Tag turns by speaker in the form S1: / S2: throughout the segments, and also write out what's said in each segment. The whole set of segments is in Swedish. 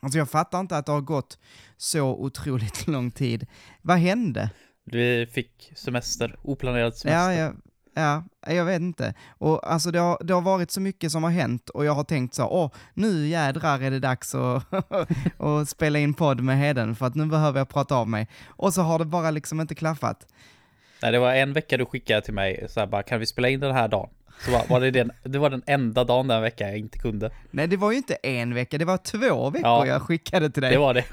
S1: Alltså jag fattar inte att det har gått så otroligt lång tid. Vad hände?
S2: Vi fick semester, oplanerad semester.
S1: Ja, jag vet inte. Och alltså det har varit så mycket som har hänt och jag har tänkt så, nu jädrar är det dags att spela in podd med Heden för att nu behöver jag prata av mig. Och så har det bara liksom inte klaffat.
S2: Nej, det var en vecka du skickade till mig så här, bara, kan vi spela in den här dagen? Så var det var den enda dagen den veckan jag inte kunde.
S1: Nej, det var ju inte en vecka, det var 2 veckor jag skickade till dig.
S2: Det var det.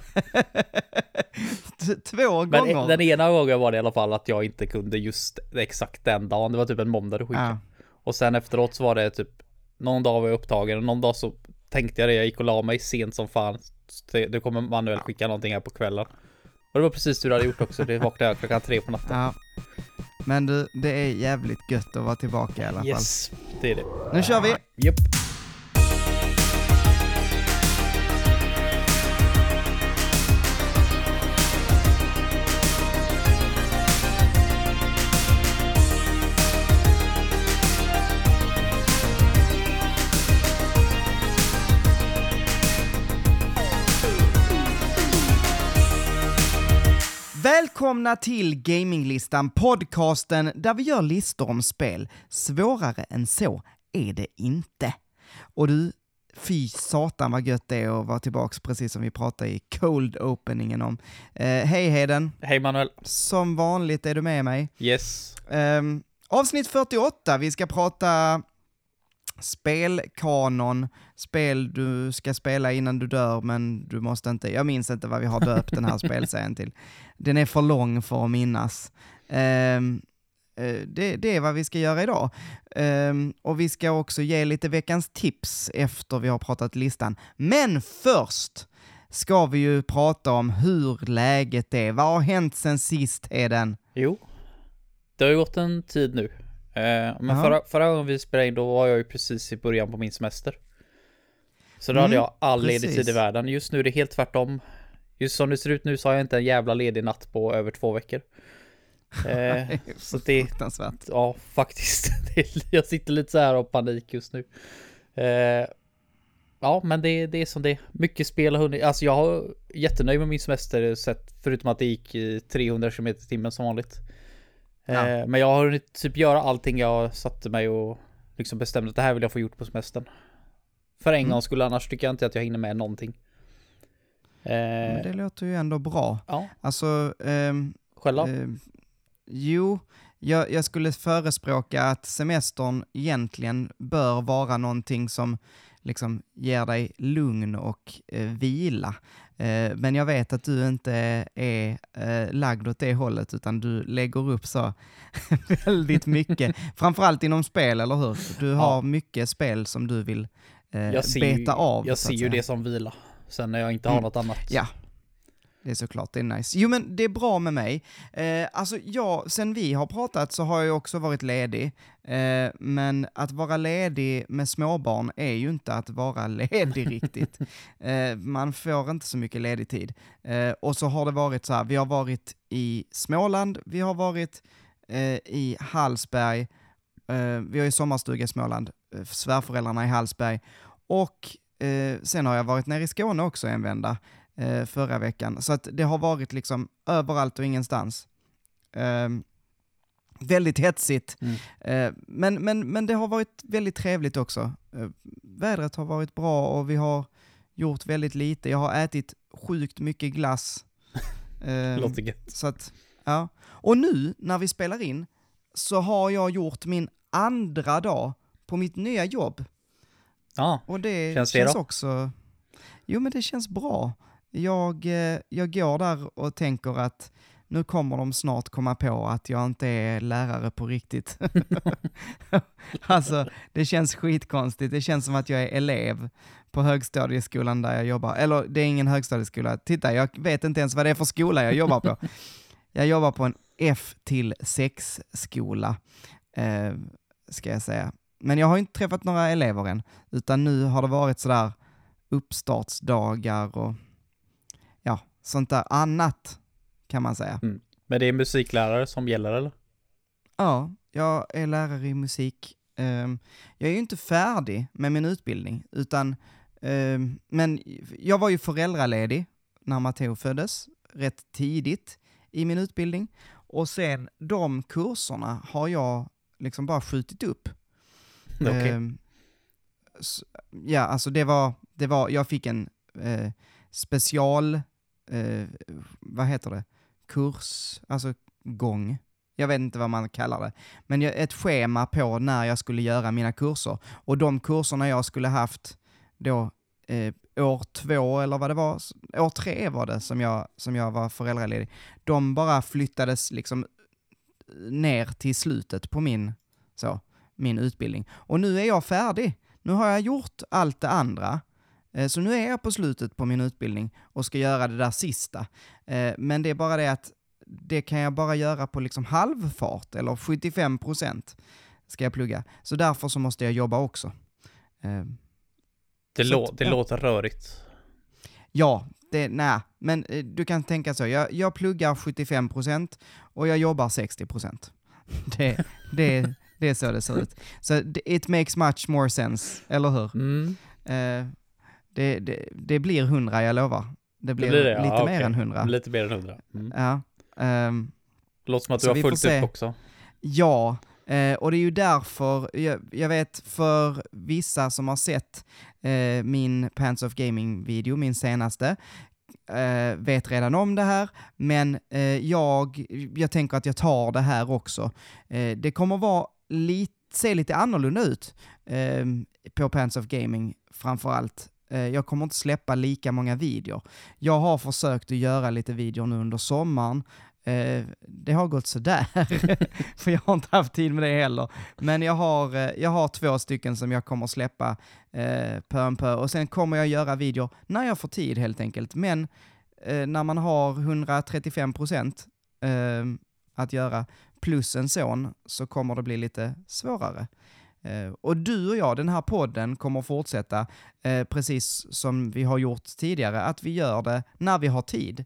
S1: 2 gånger.
S2: Men den ena gången var det i alla fall att jag inte kunde just exakt den dagen. Det var typ en måndag du skickade. Ja. Och sen efteråt så var det typ någon dag var jag upptagen och någon dag så tänkte jag det. Jag gick och la mig sent som fan. Du kommer Manuel skicka någonting här på kvällen. Och det var precis det du hade gjort också. Det vaknade jag klockan 3 på natten.
S1: Ja. Men du, det är jävligt gött att vara tillbaka i alla fall.
S2: Yes, det är det.
S1: Nu kör vi!
S2: Japp.
S1: Välkomna till Gaminglistan, podcasten där vi gör listor om spel. Svårare än så är det inte. Och du, fy satan vad gött det är att vara tillbaka precis som vi pratade i cold openingen om. Hej Heden.
S2: Hej Manuel.
S1: Som vanligt är du med mig.
S2: Yes.
S1: Avsnitt 48, vi ska prata spelkanon, spel du ska spela innan du dör men du måste inte, jag minns inte vad vi har döpt den här spelserien till. Den är för lång för att minnas. Det är vad vi ska göra idag. Och vi ska också ge lite veckans tips efter vi har pratat listan. Men först ska vi ju prata om hur läget är. Vad har hänt sen sist, Heden?
S2: Jo, det har ju gått en tid nu. Men förra gången vi spelade in då var jag ju precis i början på min semester. Så då hade jag all ledig tid i världen. Just nu är det helt tvärtom. Just som det ser ut nu så har jag inte en jävla ledig natt på över 2 veckor. Så det
S1: fruktansvärt.
S2: Ja, faktiskt. Jag sitter lite så här av panik just nu. Ja, men det är som det är. Mycket spel har hunnit. Alltså jag har jättenöjd med min semester sett, förutom att det gick i 300 km i timmen som vanligt. Ja. Men jag har hunnit typ göra allting jag satte mig och liksom bestämde att det här vill jag få gjort på semestern. För en gång skulle annars tycker jag inte att jag hinner med någonting.
S1: Men det låter ju ändå bra.
S2: Ja.
S1: Alltså,
S2: själva?
S1: Jo, jag skulle förespråka att semestern egentligen bör vara någonting som liksom ger dig lugn och vila. Men jag vet att du inte är lagd åt det hållet utan du lägger upp så väldigt mycket. Framförallt inom spel, eller hur? Du har mycket spel som du vill beta av.
S2: Jag ser ju det som vila. Sen när jag inte har något annat.
S1: Ja, det är såklart, det är nice. Jo men det är bra med mig. Alltså sen vi har pratat så har jag också varit ledig. Men att vara ledig med småbarn är ju inte att vara ledig riktigt. Man får inte så mycket ledig tid. Och så har det varit så här, vi har varit i Småland, vi har varit i Hallsberg, vi har ju sommarstuga i Småland, svärföräldrarna i Hallsberg. Och sen har jag varit nere i Skåne också en vända förra veckan. Så att det har varit liksom överallt och ingenstans. Väldigt hetsigt. Men det har varit väldigt trevligt också. Vädret har varit bra och vi har gjort väldigt lite. Jag har ätit sjukt mycket glass.
S2: Låter gött.
S1: Så att, ja. Och nu när vi spelar in så har jag gjort min andra dag på mitt nya jobb.
S2: Ja,
S1: och det
S2: känns
S1: också. Jo, men det känns bra. Jag går där och tänker att nu kommer de snart komma på att jag inte är lärare på riktigt. Alltså, det känns skitkonstigt. Det känns som att jag är elev på högstadieskolan där jag jobbar. Eller det är ingen högstadieskola. Titta, jag vet inte ens vad det är för skola jag jobbar på. Jag jobbar på en F-6-skola, ska jag säga. Men jag har inte träffat några elever än, utan nu har det varit sådär uppstartsdagar och ja, sånt där annat kan man säga.
S2: Men det är musiklärare som gäller, eller?
S1: Ja, jag är lärare i musik. Jag är ju inte färdig med min utbildning, utan Men jag var ju föräldraledig när Matteo föddes, rätt tidigt i min utbildning. Och sen de kurserna har jag liksom bara skjutit upp.
S2: Okay.
S1: Ja, alltså det var jag fick en special, vad heter det, kurs, alltså gång. Jag vet inte vad man kallar det. Men ett schema på när jag skulle göra mina kurser. Och de kurserna jag skulle haft då år 2 eller vad det var, år 3 var det som jag var föräldraledig. De bara flyttades liksom ner till slutet på min utbildning. Och nu är jag färdig. Nu har jag gjort allt det andra. Så nu är jag på slutet på min utbildning och ska göra det där sista. Men det är bara det att det kan jag bara göra på liksom halvfart eller 75% ska jag plugga. Så därför så måste jag jobba också.
S2: Det låter rörigt.
S1: Ja, men du kan tänka så. Jag pluggar 75% och jag jobbar 60%. Det är så det ser ut. Så it makes much more sense, eller hur?
S2: Mm.
S1: Det blir 100, jag lovar. Det blir lite mer än 100.
S2: Lite mer än 100. Mm.
S1: Ja.
S2: Det låter som att du har fullt upp också.
S1: Ja, och det är ju därför, jag vet för vissa som har sett min Pants of Gaming-video, min senaste, vet redan om det här, men jag tänker att jag tar det här också. Det kommer se lite annorlunda ut på Pants of Gaming framförallt. Jag kommer inte släppa lika många videor. Jag har försökt att göra lite videor nu under sommaren. Det har gått sådär, för jag har inte haft tid med det heller. Men jag har 2 stycken som jag kommer släppa pö om pö. Och sen kommer jag göra videor när jag får tid helt enkelt. Men när man har 135% att göra plus en son så kommer det bli lite svårare. Och du och jag, den här podden kommer fortsätta precis som vi har gjort tidigare, att vi gör det när vi har tid.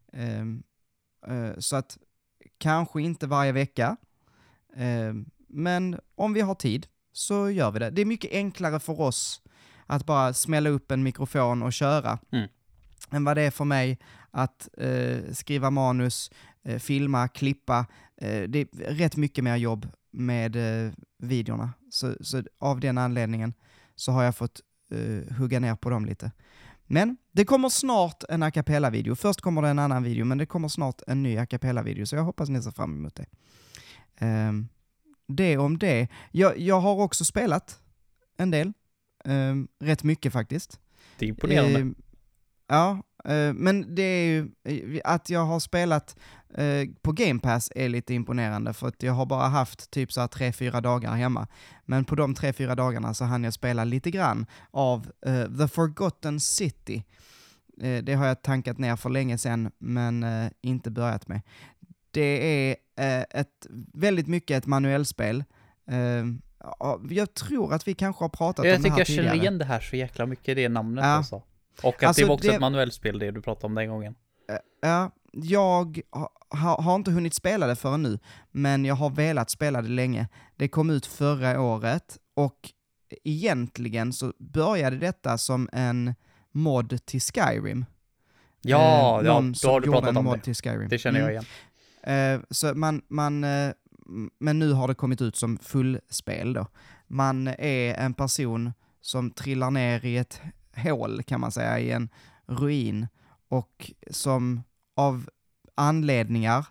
S1: Så att kanske inte varje vecka, men om vi har tid så gör vi det. Det är mycket enklare för oss att bara smälla upp en mikrofon och köra än vad det är för mig att skriva manus, filma, klippa. Det är rätt mycket mer jobb med videorna. Så av den anledningen så har jag fått hugga ner på dem lite. Men det kommer snart en a cappella-video. Först kommer det en annan video, men det kommer snart en ny a cappella-video. Så jag hoppas ni ser fram emot det. Det om det. Jag har också spelat en del. Rätt mycket faktiskt.
S2: Det är imponerande.
S1: Ja, men det är ju att jag har spelat på Game Pass är lite imponerande, för att jag har bara haft typ så här 3-4 dagar hemma. Men på de 3-4 dagarna så hann jag spela lite grann av The Forgotten City. Det har jag tankat ner för länge sedan, men inte börjat med. Det är väldigt mycket ett manuellspel. Jag tror att vi kanske har pratat om det här tidigare.
S2: Jag tycker jag känner igen det här så jäkla mycket, det namnet alltså. Och att det var också ett manuellspel, det du pratade om den gången.
S1: Ja, jag har inte hunnit spela det förrän nu, men jag har velat spela det länge. Det kom ut förra året, och egentligen så började detta som en mod till Skyrim.
S2: Ja, då har du pratat om det.
S1: Till Skyrim.
S2: Det känner jag igen.
S1: Så men nu har det kommit ut som fullspel då. Man är en person som trillar ner i ett hål, kan man säga, i en ruin, och som av anledningar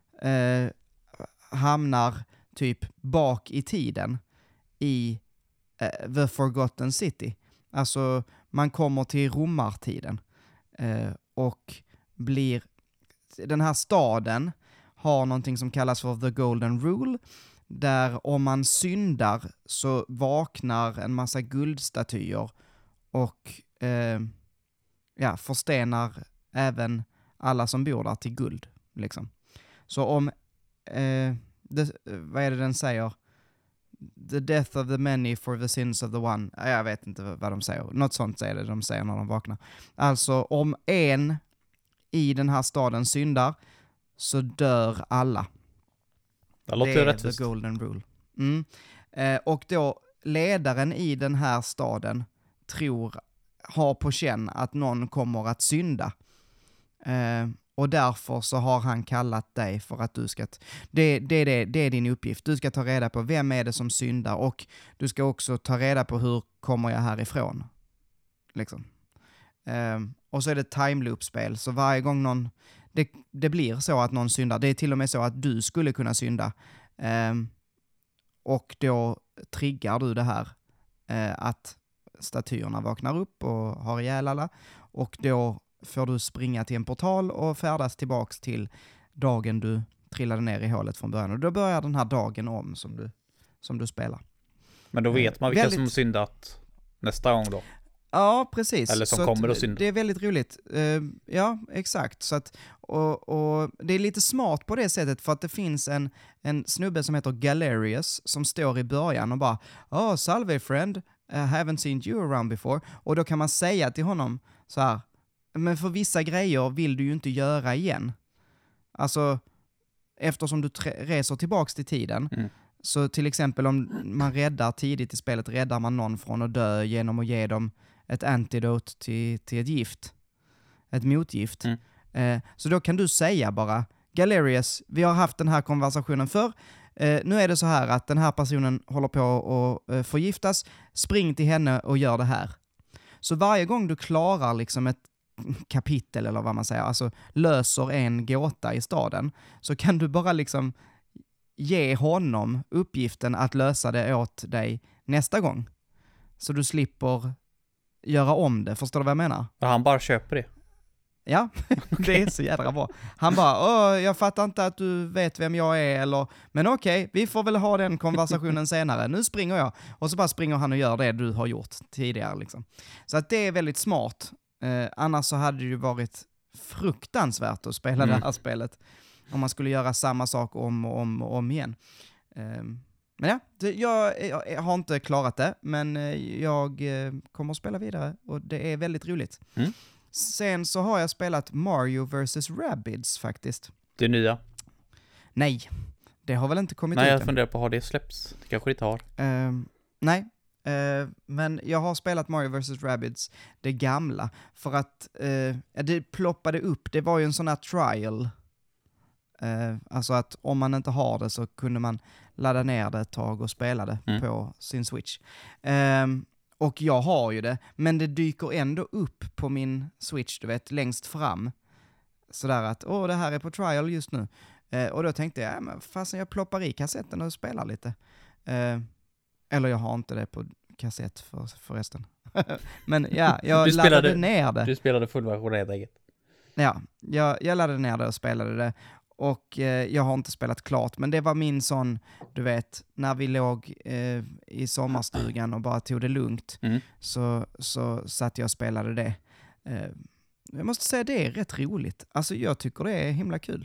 S1: hamnar typ bak i tiden i The Forgotten City. Alltså man kommer till romartiden och den här staden har någonting som kallas för The Golden Rule, där om man syndar så vaknar en massa guldstatyer och förstenar även alla som bor där till guld. Liksom. Så om, vad är det den säger? The death of the many for the sins of the one. Jag vet inte vad de säger. Något sånt säger det de säger när de vaknar. Alltså om en i den här staden syndar så dör alla.
S2: Det låter rättvist.
S1: Det är the golden rule. Och då ledaren i den här staden tror har på känn att någon kommer att synda. Och därför så har han kallat dig för att du ska... Det är din uppgift. Du ska ta reda på vem är det som syndar och du ska också ta reda på hur kommer jag härifrån. Liksom. Och så är det time loop-spel, så varje gång någon... Det blir så att någon syndar. Det är till och med så att du skulle kunna synda. Och då triggar du det här att statyerna vaknar upp och har ihjäl alla. Och då får du springa till en portal och färdas tillbaks till dagen du trillade ner i hålet från början. Och då börjar den här dagen om som du spelar.
S2: Men då vet man vilka som syndat nästa gång då?
S1: Ja, precis.
S2: Eller som så kommer att synda.
S1: Det är väldigt roligt. Ja, exakt. Så att, och det är lite smart på det sättet för att det finns en snubbe som heter Galerius som står i början och bara salve friend, I haven't seen you around before. Och då kan man säga till honom så här, men för vissa grejer vill du ju inte göra igen. Alltså, eftersom du reser tillbaks till tiden. Så till exempel om man räddar tidigt i spelet, räddar man någon från att dö genom att ge dem ett antidote till ett gift. Ett motgift. Så då kan du säga bara, Galerius, vi har haft den här konversationen förr. Nu är det så här att den här personen håller på att förgiftas. Spring till henne och gör det här. Så varje gång du klarar liksom ett kapitel eller vad man säger, alltså löser en gåta i staden, så kan du bara liksom ge honom uppgiften att lösa det åt dig nästa gång. Så du slipper göra om det. Förstår du vad jag menar?
S2: Och han bara köper det.
S1: Ja, det är så jädra bra. Han bara, jag fattar inte att du vet vem jag är, eller, men okej, vi får väl ha den konversationen senare. Nu springer jag. Och så bara springer han och gör det du har gjort tidigare. Liksom. Så att det är väldigt smart. Annars så hade det ju varit fruktansvärt att spela det här spelet. Om man skulle göra samma sak om och om igen. Men ja, jag har inte klarat det, men jag kommer att spela vidare och det är väldigt roligt. Sen så har jag spelat Mario vs. Rabbids faktiskt.
S2: Det nya?
S1: Nej, det har väl inte kommit ut
S2: än.
S1: än.
S2: Nej, jag funderar på, har det släppts? Det kanske det inte har.
S1: Nej, men jag har spelat Mario vs. Rabbids, det gamla, för att det ploppade upp, det var ju en sån här trial. Alltså att om man inte har det så kunde man ladda ner det ett tag och spela det på sin Switch. Och jag har ju det, men det dyker ändå upp på min Switch, du vet, längst fram. Sådär att, det här är på trial just nu. Och då tänkte jag, men fasen jag ploppar i kassetten och spelar lite. Eller jag har inte det på kassett förresten. Men ja, jag laddade ner det.
S2: Du spelade fullversion helt enkelt.
S1: Ja, jag laddade ner det och spelade det. Och jag har inte spelat klart, men det var min sån, du vet, när vi låg i sommarstugan och bara tog det lugnt, så satt jag och spelade det. Jag måste säga, det är rätt roligt. Alltså jag tycker det är himla kul.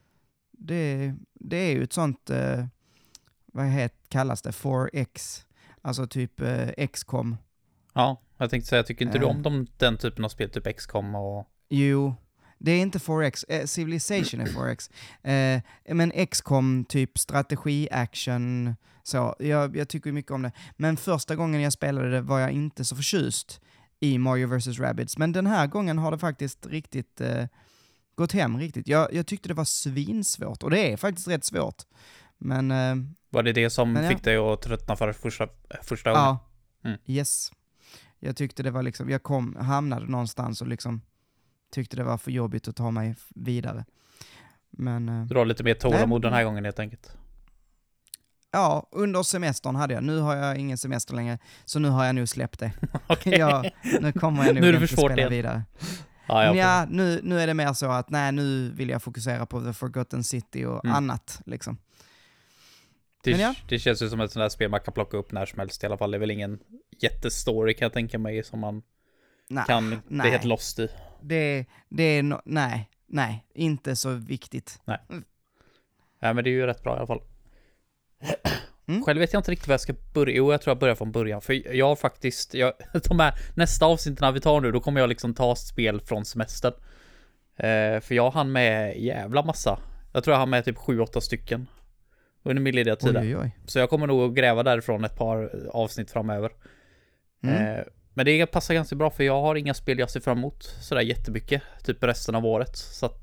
S1: Det är ju ett sånt, kallas det? 4X. Alltså typ XCOM.
S2: Ja, jag tänkte säga, tycker inte du om den typen av spel, typ XCOM och...
S1: Jo, det är inte 4X. Civilization är 4X. Men XCOM, typ strategi, action, så. Jag tycker mycket om det. Men första gången jag spelade det var jag inte så förtjust i Mario vs. Rabbids. Men den här gången har det faktiskt riktigt gått hem riktigt. Jag tyckte det var svinsvårt. Och det är faktiskt rätt svårt. Men...
S2: var det som fick dig att tröttna för första gången?
S1: Ja, yes. Jag tyckte det var liksom... Jag hamnade någonstans och liksom... tyckte det var för jobbigt att ta mig vidare. Men... du
S2: har lite mer tålamod den här gången helt enkelt.
S1: Ja, under semestern hade jag. Nu har jag ingen semester längre. Så nu har jag nog släppt det.
S2: Okay.
S1: Nu kommer jag nog
S2: inte
S1: spela
S2: igen.
S1: vidare. Nu är det mer så att nu vill jag fokusera på The Forgotten City och annat. Liksom.
S2: Det känns ju som ett sånt där spel man kan plocka upp när som helst i alla fall. Det är väl ingen jättestory kan jag tänka mig som man kan bli helt lost i.
S1: Nej, inte så viktigt.
S2: Nej, men det är ju rätt bra i alla fall. Själv vet jag inte riktigt vad jag ska börja. Jo, jag tror jag börjar från början. För jag har faktiskt, de här nästa avsnitten vi tar nu, då kommer jag liksom ta spel från semestern. För jag hann med jävla massa. Jag tror jag hann med typ 7-8 stycken under min lediga tid. Så jag kommer nog att gräva därifrån ett par avsnitt framöver. Men det passar ganska bra för jag har inga spel jag ser fram emot sådär jättemycket, typ resten av året. Så att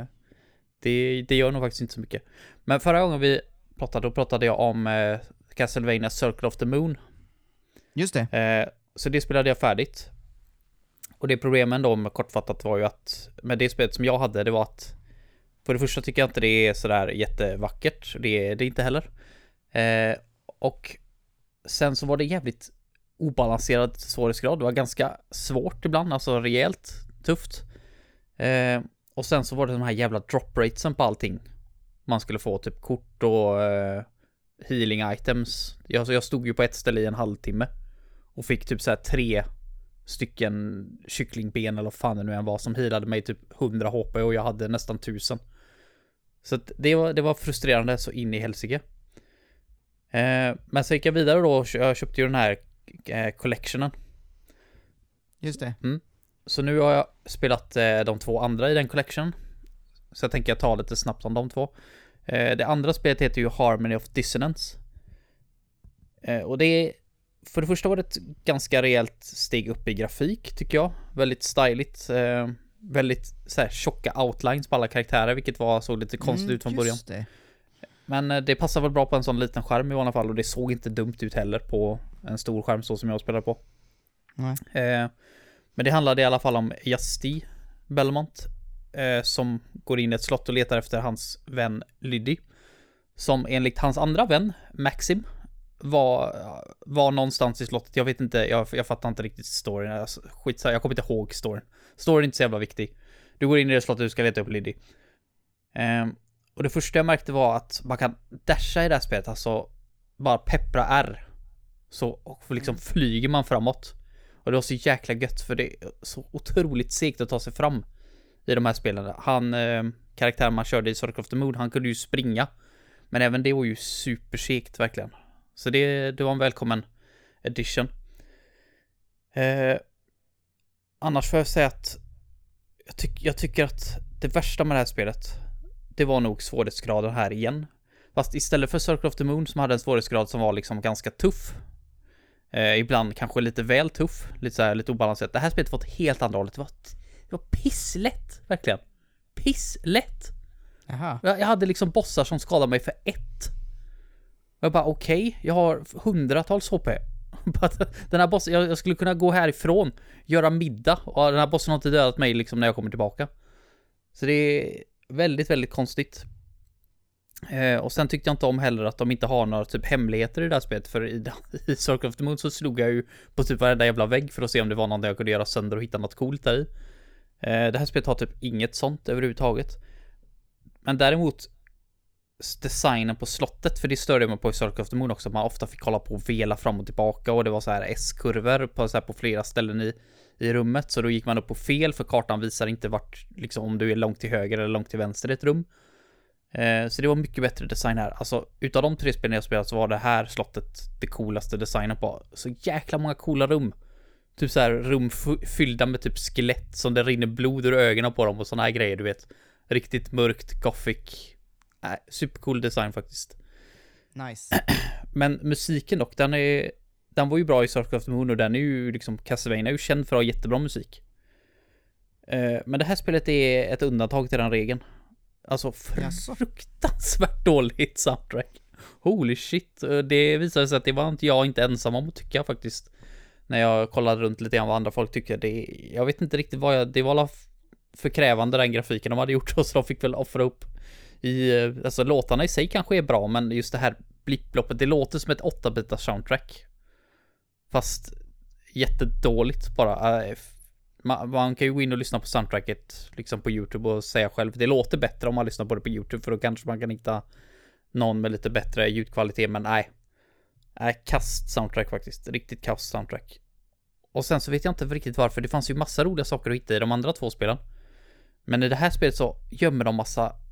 S2: det gör nog faktiskt inte så mycket. Men förra gången vi pratade, då pratade jag om Castlevania Circle of the Moon.
S1: Just det.
S2: Så det spelade jag färdigt. Och det problemen då med kortfattat var ju att med det spelet som jag hade, det var att för det första tycker jag inte det är sådär jättevackert. Det är det inte heller. Och sen så var det jävligt obalanserad svårighetsgrad. Det var ganska svårt ibland, alltså rejält tufft. Och sen så var det de här jävla drop ratesen på allting. Man skulle få typ kort och healing items. Jag stod ju på ett ställe i en halvtimme och fick typ så här 3 stycken kycklingben eller vad fan det nu än var som healade mig typ 100 HP och jag hade nästan 1000. Så att det var frustrerande så in i helsike. Men så gick jag vidare då. Jag köpte ju den här collectionen.
S1: Just det.
S2: Så nu har jag spelat de 2 andra i den collection. Så jag tänker jag ta lite snabbt om de 2. Det andra spelet heter ju Harmony of Dissonance. Och det är, för det första var det ett ganska rejält steg upp i grafik tycker jag. Väldigt styligt. Väldigt så här tjocka outlines på alla karaktärer, vilket såg lite konstigt ut från början.
S1: Det.
S2: Men det passar väl bra på en sån liten skärm i alla fall, och det såg inte dumt ut heller på en stor skärm så som jag spelar på.
S1: Nej.
S2: Men det handlade i alla fall om Justy Belmont som går in i ett slott och letar efter hans vän Lydie, som enligt hans andra vän Maxim var någonstans i slottet. Jag vet inte, jag fattar inte riktigt storyn. Jag kommer inte ihåg storyn. Storyn är inte så jävla viktig. Du går in i det slottet och du ska leta upp Lydie. Och det första jag märkte var att man kan dasha i det här spelet, alltså bara peppra R. Och liksom flyger man framåt. Och det var så jäkla gött, för det är så otroligt segt att ta sig fram i de här spelen. Karaktären man körde i Circle of the Moon, han kunde ju springa. Men även det var ju supersegt verkligen. Så det var en välkommen edition. Annars får jag säga att jag tycker att det värsta med det här spelet, det var nog svårighetsgraden här igen. Fast istället för Circle of the Moon som hade en svårighetsgrad som var liksom ganska tuff. Ibland kanske lite väl tuff. Lite obalanserat. Det här spelet var ett helt andra hållet. Det var pisslätt, verkligen. Pisslätt.
S1: Jaha.
S2: Jag hade liksom bossar som skadade mig för 1. Jag bara okej, jag har hundratals HP. Den här bossen, jag skulle kunna gå härifrån, göra middag, och den här bossen har inte dödat mig liksom när jag kommer tillbaka. Så det är väldigt, väldigt konstigt. Och sen tyckte jag inte om heller att de inte har några typ hemligheter i det här spelet. För i Circle of the Moon så slog jag ju på typ varenda jävla vägg för att se om det var någon där jag kunde göra sönder och hitta något coolt där i. Det här spelet har typ inget sånt överhuvudtaget. Men däremot designen på slottet, för det störde man på i Circle of the Moon också. Man ofta fick kolla på och vela fram och tillbaka, och det var så här S-kurvor på flera ställen i rummet. Så då gick man upp på fel, för kartan visar inte vart, liksom, om du är långt till höger eller långt till vänster i ett rum. Så det var mycket bättre design här. Alltså utav de 3 spelen jag spelat så var det här slottet det coolaste designen på. Så jäkla många coola rum. Typ så här rum fyllda med typ skelett som det rinner blod ur ögonen på dem och såna här grejer, du vet. Riktigt mörkt, gothic. Supercool design faktiskt.
S1: Nice.
S2: Men musiken dock, den var ju bra i Circle of the Moon, och den är ju liksom, Castlevania är ju känd för att ha jättebra musik. Men det här spelet är ett undantag till den regeln. Alltså fruktansvärt dåligt soundtrack. Holy shit. Det visade sig att det var jag inte ensam om att tycka faktiskt. När jag kollade runt lite grann vad andra folk tycker. Jag vet inte riktigt det var för krävande den grafiken de hade gjort. Så de fick väl offra upp alltså låtarna i sig kanske är bra, men just det här blipploppet, det låter som ett 8-bitars soundtrack. Fast jättedåligt bara. Man kan ju gå in och lyssna på soundtracket liksom på YouTube och säga själv. Det låter bättre om man lyssnar på det på YouTube, för då kanske man kan hitta någon med lite bättre ljudkvalitet. Men nej, kast soundtrack faktiskt. Riktigt kast soundtrack. Och sen så vet jag inte riktigt varför. Det fanns ju massa roliga saker att hitta i de andra 2 spelen. Men i det här spelet så gömmer de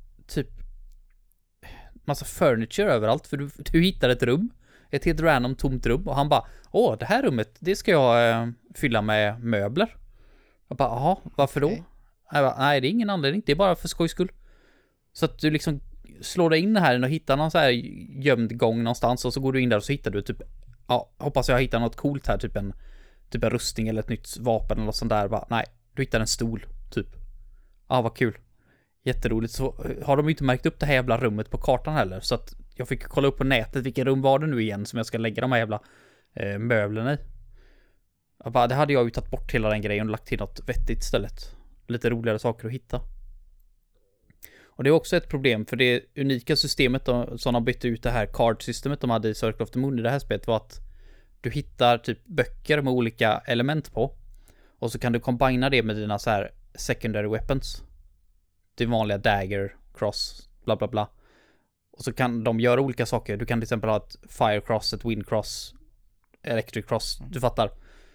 S2: massa furniture överallt. För du hittar ett rum, ett helt random tomt rum, och han bara, det här rummet, det ska jag fylla med möbler. Jag bara, jaha, varför då? Jag bara, nej, det är ingen anledning, det är bara för skojs skull. Så att du liksom slår dig in här och hittar någon så här gömd gång någonstans, och så går du in där och så hittar du typ, hoppas jag hittar något coolt här, typ typ en rustning eller ett nytt vapen eller något sånt där. Bara, nej, du hittar en stol, typ. Vad kul. Jätteroligt. Så har de inte märkt upp det här jävla rummet på kartan heller. Så att jag fick kolla upp på nätet vilken rum var det nu igen som jag ska lägga de här jävla möblerna i. Det hade jag ju tagit bort hela den grejen och lagt till något vettigt istället. Lite roligare saker att hitta. Och det är också ett problem, för det unika systemet då, som de bytte ut det här card-systemet de hade i Circle of the Moon i det här spelet, var att du hittar typ böcker med olika element på. Och så kan du kombinera det med dina så här secondary weapons. Det vanliga dagger, cross, bla bla bla. Och så kan de göra olika saker. Du kan till exempel ha ett fire cross, ett wind cross, electric cross, du fattar.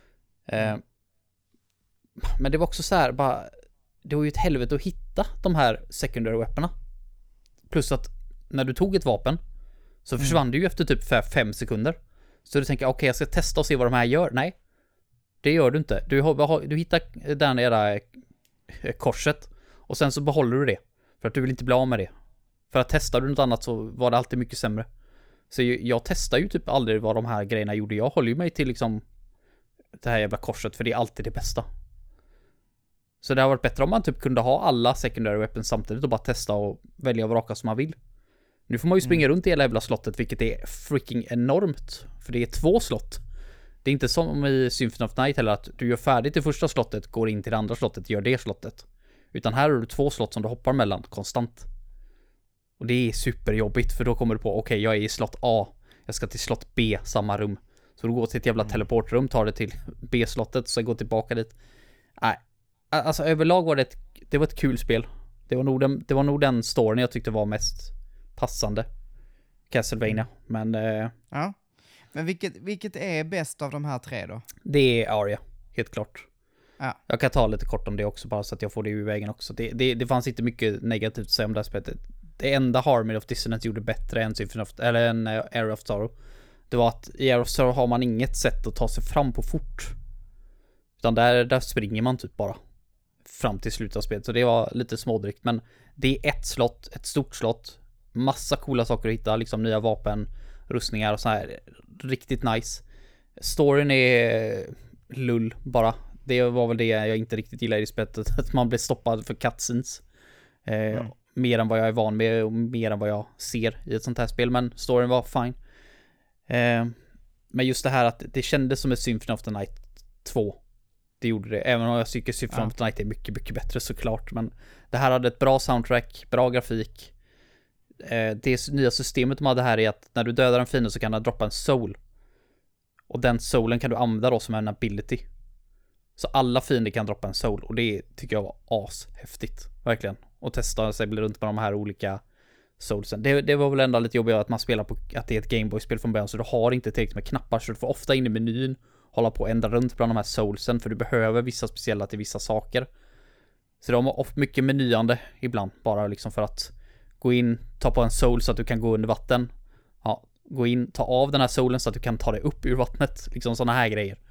S2: Men det var också så här, bara, det var ju ett helvete att hitta de här secondary weaponerna. Plus att när du tog ett vapen så försvann det ju efter typ 5 sekunder. Så du tänker, okej, jag ska testa och se vad de här gör. Nej, det gör du inte. Du hittar den där korset och sen så behåller du det. För att du vill inte bli av med det. För att testar du något annat så var det alltid mycket sämre. Så jag testar ju typ aldrig vad de här grejerna gjorde. Jag håller ju mig till liksom det här jävla korset, för det är alltid det bästa. Så det har varit bättre om man typ kunde ha alla secondary weapons samtidigt och bara testa och välja och vraka som man vill. Nu får man ju springa runt i hela jävla slottet, vilket är freaking enormt. För det är 2 slott. Det är inte som i Symphony of Night heller, att du gör färdigt det första slottet, går in till det andra slottet, gör det slottet. Utan här har du 2 slott som du hoppar mellan konstant. Och det är superjobbigt, för då kommer du på, okej, jag är i slott A. Jag ska till slott B, samma rum. Så du går till ett jävla teleportrum, tar det till B-slottet, så går tillbaka dit. Nej, alltså överlag var det var ett kul spel. Det var nog den storyn jag tyckte var mest passande. Castlevania, men
S1: ja. Men vilket är bäst av de här 3 då?
S2: Det är Aria, helt klart.
S1: Ja.
S2: Jag kan ta lite kort om det också, bara så att jag får det ur vägen också. Det fanns inte mycket negativt att säga om det här spelet. Det enda Harmony of Dissonance gjorde bättre än en Area of Sorrow, det var att i Area of Sorrow har man inget sätt att ta sig fram på fort. Utan där springer man typ bara fram till slutet av spelet. Så det var lite smådrygt. Men det är ett slott, ett stort slott. Massa coola saker att hitta. Liksom nya vapen, rustningar och så här. Riktigt nice. Storyn är lull bara. Det var väl det jag inte riktigt gillade i spelet. Att man blir stoppad för cutscenes. Mer än vad jag är van med och mer än vad jag ser i ett sånt här spel. Men storyn var fine. Men just det här att det kändes som ett Symphony of the Night 2. Det gjorde det. Även om jag tycker Symphony of the Night är mycket, mycket bättre såklart. Men det här hade ett bra soundtrack, bra grafik. Det nya systemet de hade här är att när du dödar en fiende så kan du droppa en soul. Och den soulen kan du använda då som en ability. Så alla fiender kan droppa en soul. Och det tycker jag var ashäftigt. Verkligen. Och testa sig bli runt med de här olika soulsen. Det var väl ändå lite jobbigt att man spelar på att det är ett Gameboy-spel från början, så du har inte tillräckligt med knappar, så du får ofta in i menyn hålla på och ändra runt bland de här soulsen, för du behöver vissa speciella till vissa saker. Så de har ofta mycket menyande ibland, bara liksom för att gå in, ta på en soul så att du kan gå under vatten. Ja, gå in, ta av den här soulen så att du kan ta dig upp ur vattnet, liksom sådana här grejer.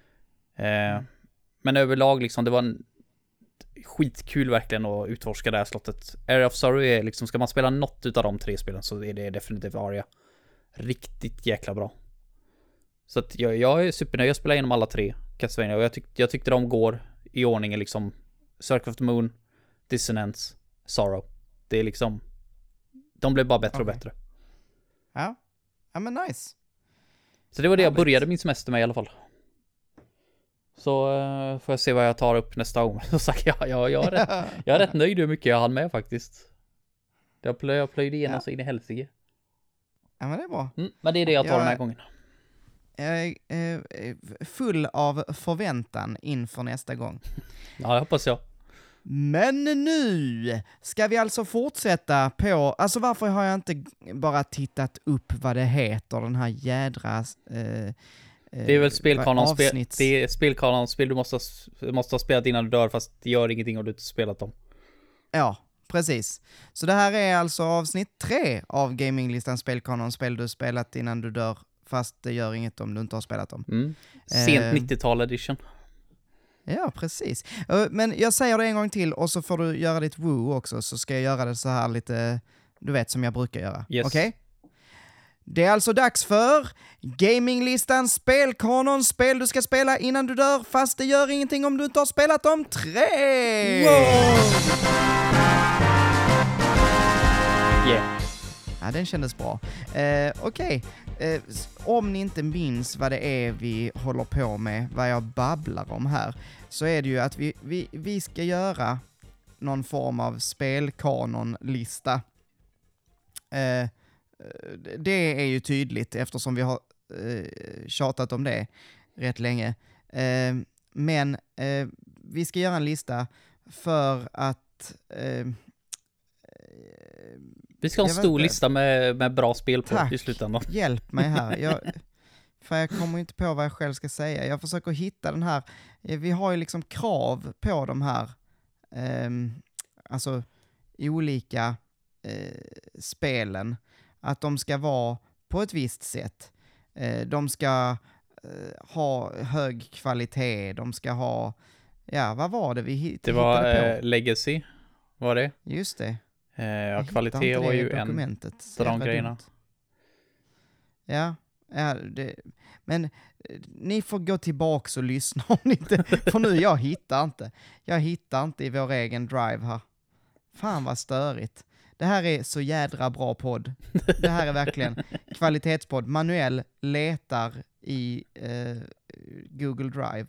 S2: Men överlag liksom, det var en skitkul verkligen att utforska det här slottet. Area of Sorrow är liksom, ska man spela något utav de 3 spelen så är det definitivt Aria. Riktigt jäkla bra. Så att jag är supernöjd. Jag spelar igenom alla 3 Castlevania och jag tyckte de går i ordningen liksom Circle of the Moon, Dissonance, Sorrow. Det är liksom, de blev bara bättre och bättre.
S1: Ja men nice. Så
S2: det var det jag började min semester med i alla fall. Så får jag se vad jag tar upp nästa gång. Så sagt, jag är rätt nöjd hur mycket jag hann med faktiskt. Jag plöjde igenom så in i helsike.
S1: Ja men det är bra.
S2: Men det är det jag tar den här gången.
S1: Jag är full av förväntan inför nästa gång.
S2: Ja, jag hoppas jag.
S1: Men nu ska vi alltså fortsätta på, alltså varför har jag inte bara tittat upp vad det heter, den här jädra
S2: det är väl spelkanonspel. Det är spelkanonspel du måste ha spelat innan du dör, fast det gör ingenting om du inte spelat dem.
S1: Ja, precis. Så det här är alltså avsnitt 3 av Gaminglistan spelkanonspel du spelat innan du dör, fast det gör inget om du inte har spelat dem.
S2: Sent 90-tal edition.
S1: Ja, precis. Men jag säger det en gång till och så får du göra ditt woo också, så ska jag göra det så här lite, du vet, som jag brukar göra.
S2: Yes.
S1: Okej? Det är alltså dags för Gaminglistan spelkanon, spel du ska spela innan du dör, fast det gör ingenting om du inte har spelat dem 3!
S2: Wow! Yeah.
S1: Ja, den kändes bra. Okej. Om ni inte minns vad det är vi håller på med, vad jag babblar om här, så är det ju att vi ska göra någon form av spelkanonlista. Det är ju tydligt eftersom vi har tjatat om det rätt länge. Men vi ska göra en lista för att...
S2: vi ska ha en stor lista med bra spel på i slutändan.
S1: Hjälp mig här. Jag kommer inte på vad jag själv ska säga. Jag försöker hitta den här... Vi har ju liksom krav på de här alltså olika spelen. Att de ska vara på ett visst sätt. De ska ha hög kvalitet. De ska ha... Ja, vad var det vi hittade på?
S2: Det var Legacy, var det?
S1: Just det.
S2: Ja, kvalitet var ju en av de grejerna.
S1: Ja, men ni får gå tillbaka och lyssna om ni inte... För nu, jag hittar inte i vår egen drive här. Fan vad störigt. Det här är så jädra bra podd. Det här är verkligen kvalitetspodd. Manuel letar i Google Drive.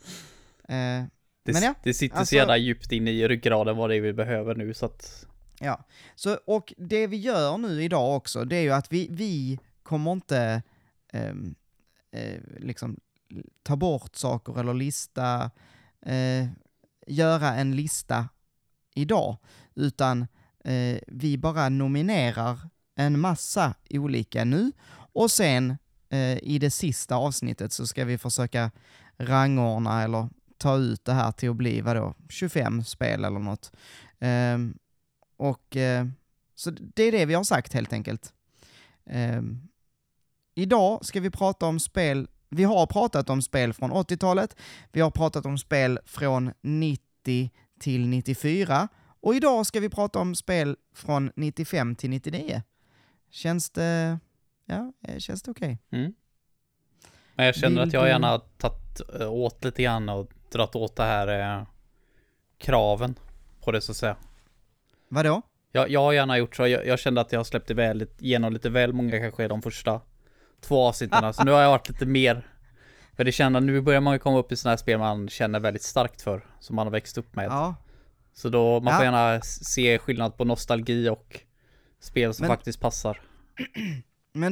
S2: Det sitter så jävla djupt in i ryggraden vad det är vi behöver nu. Så att...
S1: Ja, och det vi gör nu idag också, det är ju att vi kommer inte liksom ta bort saker eller göra en lista idag, utan vi bara nominerar en massa olika nu, och sen i det sista avsnittet så ska vi försöka rangordna eller ta ut det här till att bli 25 spel eller något. Så det är det vi har sagt helt enkelt. Idag ska vi prata om spel. Vi har pratat om spel från 80-talet. Vi har pratat om spel från 90 till 94. Och idag ska vi prata om spel från 95 till 99. Känns det okej?
S2: Mm. Men jag känner att jag gärna tagit åt lite grann och dratt åt det här kraven på det, så att säga.
S1: Vadå?
S2: Jag har gärna gjort så. Jag kände att jag släppte igenom lite väl många kanske de första 2 avsnitten. Så nu har jag varit lite mer... För det känner, nu börjar man ju komma upp i sådana här spel man känner väldigt starkt för. Som man har växt upp med.
S1: Ja.
S2: Så då man får gärna se skillnad på nostalgi och spel som faktiskt passar.
S1: Men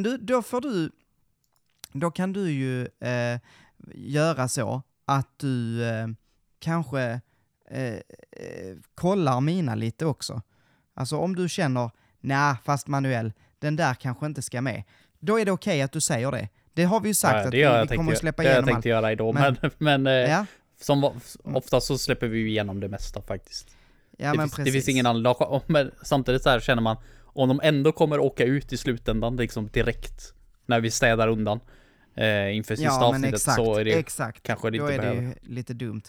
S1: då kan du ju göra så att du kanske kollar mina lite också. Alltså om du känner, fast Manuel, den där kanske inte ska med. Då är det okej att du säger det. Det har vi ju sagt att vi kommer att släppa igenom allt.
S2: Det jag tänkte göra idag, men som oftast så släpper vi ju igenom det mesta faktiskt.
S1: Ja,
S2: det finns ingen annan, men samtidigt så här känner man, om de ändå kommer åka ut i slutändan liksom direkt när vi städar undan inför sista avsnittet,
S1: exakt,
S2: så är det
S1: exakt.
S2: Kanske det
S1: då
S2: inte behöver.
S1: Då är det lite dumt.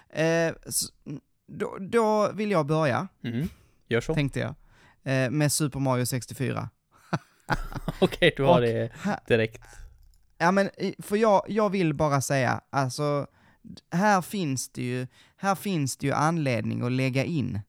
S1: Då vill jag börja.
S2: Gör så.
S1: Tänkte jag. Med Super Mario 64.
S2: Okej, du har det direkt.
S1: Ja, men för jag vill bara säga, alltså här finns det ju anledning att lägga in.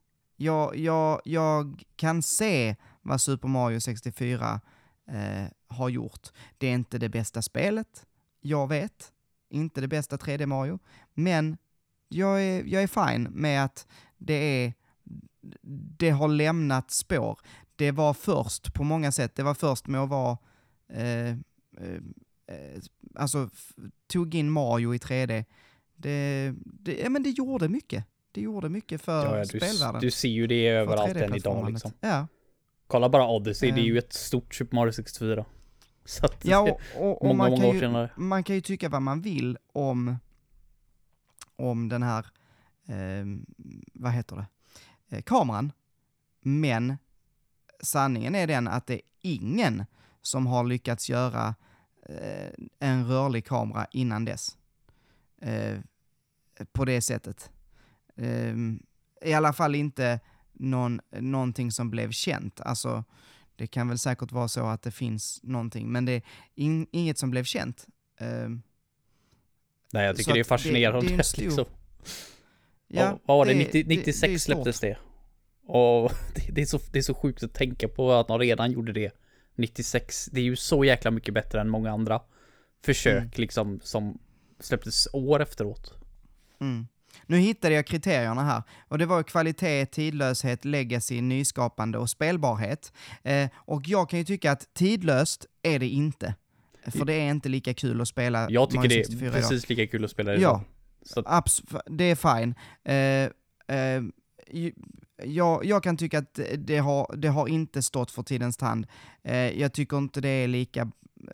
S1: Jag kan se vad Super Mario 64 har gjort. Det är inte det bästa spelet, jag vet. Inte det bästa 3D Mario. Men jag är fine med att det har lämnat spår. Det var först på många sätt. Det var först med att vara alltså tog in Mario i 3D. Men det gjorde mycket. Det gjorde mycket för spelvärlden.
S2: Du ser ju det överallt än idag liksom.
S1: Ja.
S2: Kolla bara Odyssey, det är ju ett stort Super Mario 64. Så att
S1: och man kan ju tycka vad man vill om den här vad heter det? Kameran. Men sanningen är den att det är ingen som har lyckats göra en rörlig kamera innan dess. På det sättet. I alla fall inte någonting som blev känt. Alltså, Det kan väl säkert vara så att det finns någonting, men det är inget som blev känt.
S2: Nej, jag tycker det är fascinerande.
S1: Det är en stor...
S2: liksom.
S1: Ja,
S2: vad var det? 96 släpptes det. Och det är så sjukt att tänka på att de redan gjorde det 96. Det är ju så jäkla mycket bättre än många andra försök liksom som släpptes år efteråt.
S1: Nu hittade jag kriterierna här. Och det var kvalitet, tidlöshet, legacy, nyskapande och spelbarhet. Och jag kan ju tycka att tidlöst är det inte. För det är inte lika kul att spela.
S2: Jag tycker det är precis lika kul att spela det.
S1: Ja, det är fine. Jag kan tycka att det har inte stått för tidens tand. Jag tycker inte det är lika...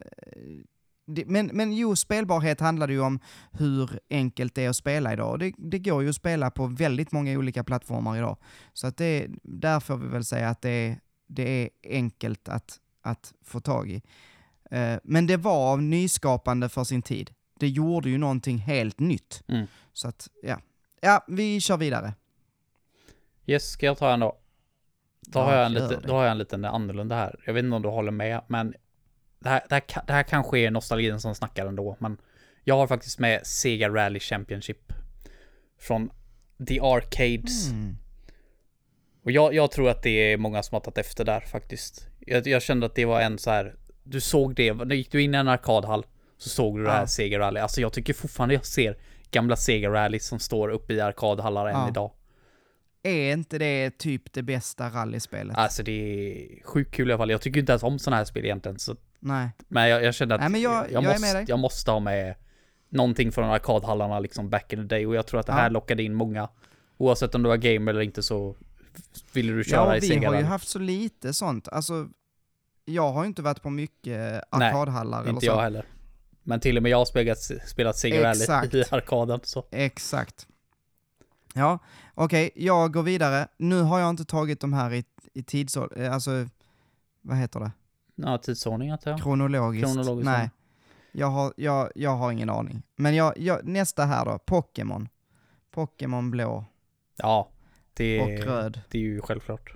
S1: Men jo, spelbarhet handlar ju om hur enkelt det är att spela idag. Det går ju att spela på väldigt många olika plattformar idag. Så att där får vi väl säga att det är enkelt att få tag i. Men det var nyskapande för sin tid. Det gjorde ju någonting helt nytt. Så att, ja, vi kör vidare.
S2: Yes, ska jag ta en då? Då har jag en liten annorlunda här. Jag vet inte om du håller med, men det här kanske är nostalgin som snackar ändå, men jag har faktiskt med Sega Rally Championship från The Arcades. Och jag tror att det är många som har tagit efter där faktiskt. Jag kände att det var en så här, du såg det, när gick du in i en arkadhall så såg du det här Sega Rally. Alltså jag tycker fortfarande jag ser gamla Sega Rally som står uppe i arkadhallar än idag. Är
S1: inte det typ det bästa rallyspelet?
S2: Alltså det är sjukt kul i alla fall. Jag tycker inte ens om sådana här spel egentligen. Så...
S1: Nej.
S2: Men jag kände att
S1: jag
S2: måste ha med någonting från arkadhallarna liksom back in the day. Och jag tror att det här lockade in många. Oavsett om du var gamer eller inte så ville du köra i Sega Rally.
S1: Ja, vi har ju haft så lite sånt. Alltså, jag har ju inte varit på mycket arkadhallar.
S2: Nej, inte jag heller. Men till och med jag har spelat Sega Rally i arkaden. Så.
S1: Exakt. Ja, okej, jag går vidare. Nu har jag inte tagit de här i tidsordning, alltså, vad heter det?
S2: Ja, tidsordning att jag.
S1: Kronologiskt. Nej, jag har ingen aning. Men nästa här då, Pokémon blå.
S2: Ja,
S1: och röd.
S2: Det är ju självklart.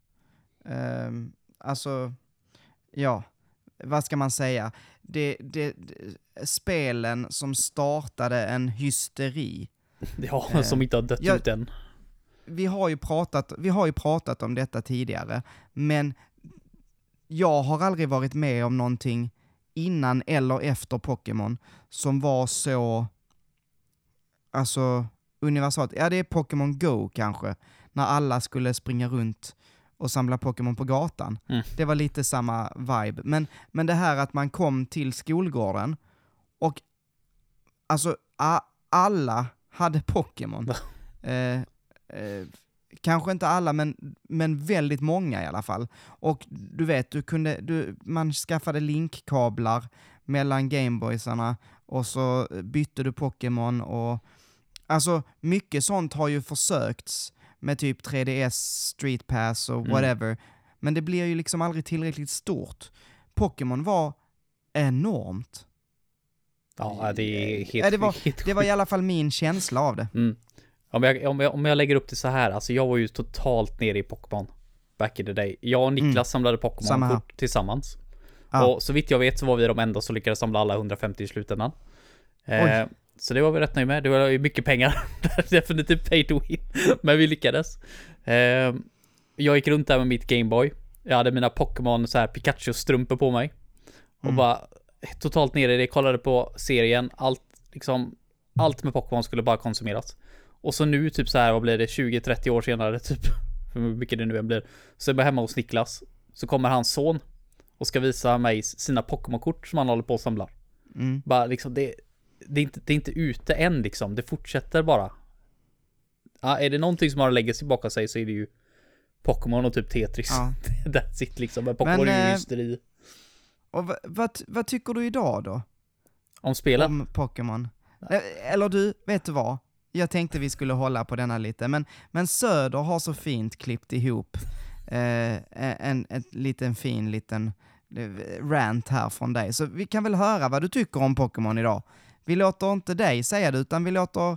S1: Alltså, ja, vad ska man säga? Spelen som startade en hysteri.
S2: Ja, som inte har dött ut än.
S1: Vi har ju pratat om detta tidigare, men jag har aldrig varit med om någonting innan eller efter Pokémon som var så, alltså, universalt. Ja, det är Pokémon Go kanske, när alla skulle springa runt och samla Pokémon på gatan. Det var lite samma vibe. Men det här att man kom till skolgården och alltså alla hade Pokémon. Kanske inte alla, men väldigt många i alla fall. Och du vet, man skaffade linkkablar mellan Gameboysarna och så bytte du Pokémon och alltså mycket sånt har ju försökts med typ 3DS, Street Pass och whatever. Men det blir ju liksom aldrig tillräckligt stort. Pokémon var enormt.
S2: Ja, det är helt
S1: det var i alla fall min känsla av det.
S2: Om jag lägger upp det så här, alltså jag var ju totalt nere i Pokémon back in the day. Jag och Niklas samlade Pokémon-kort tillsammans. Och så vitt jag vet så var vi de enda som lyckades samla alla 150 i slutändan. Så det var vi rätt nöjda med. Det var ju mycket pengar. Definitivt pay to win. Men vi lyckades. Jag gick runt där med mitt Gameboy. Jag hade mina Pokémon så här Pikachu-strumpor på mig. Och bara totalt nere i det. Kollade på serien. Allt med Pokémon skulle bara konsumeras. Och så nu typ så här, vad blir det? 20-30 år senare typ. Hur mycket det nu än blir. Så jag var hemma hos Niklas. Så kommer hans son och ska visa mig sina Pokémon-kort som han håller på att samla. Bara liksom det är inte ute än liksom. Det fortsätter bara. Ja, är det någonting som har legacy bakom sig så är det ju Pokémon och typ Tetris. Ja. That's it liksom. Men Pokémon är ju hysteri.
S1: Och vad tycker du idag då?
S2: Om spelen?
S1: Om Pokémon. Eller du, vet du vad? Jag tänkte vi skulle hålla på denna lite. Men Söder har så fint klippt ihop en liten rant här från dig. Så vi kan väl höra vad du tycker om Pokémon idag. Vi låter inte dig säga det, utan vi låter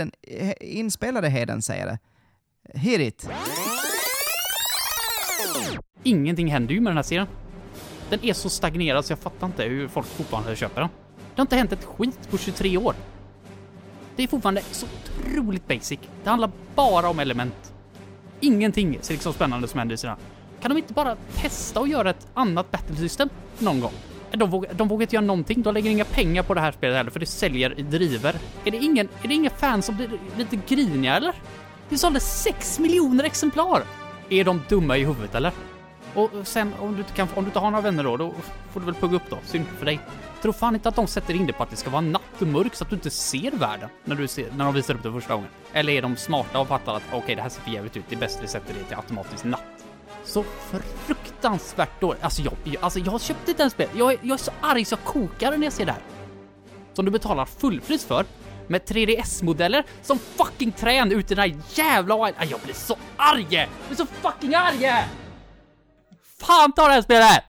S1: inspelade Heden säga det. Hit it!
S2: Ingenting händer ju med den här serien. Den är så stagnerad så jag fattar inte hur folk fortfarande köper den. Det har inte hänt ett skit på 23 år. Det är fortfarande så otroligt basic. Det handlar bara om element. Ingenting ser liksom spännande som händer i serien. Kan de inte bara testa och göra ett annat battle system någon gång? De vågar inte göra någonting. De lägger inga pengar på det här spelet heller för det säljer i driver. Är det ingen fans som blir lite griniga eller? Det sålde 6 miljoner exemplar. Är de dumma i huvudet eller? Och sen om du inte har några vänner då får du väl plugga upp då. Synd för dig. Tror fan inte att de sätter in det på att det ska vara natt och mörk så att du inte ser världen när de visar upp det första gången. Eller är de smarta och fattar att okej, det här ser för jävligt ut. Det är bäst vi sätter det till automatiskt natt. Så fruktansvärt dåligt. Jag köpte inte ens spel. Jag är så arg så jag kokar när jag ser det här. Som du betalar fullpris för. Med 3DS-modeller som fucking trän ut i den här jävla... Jag blir så arg! Jag blir så fucking arg! Fan, ta det här spelet!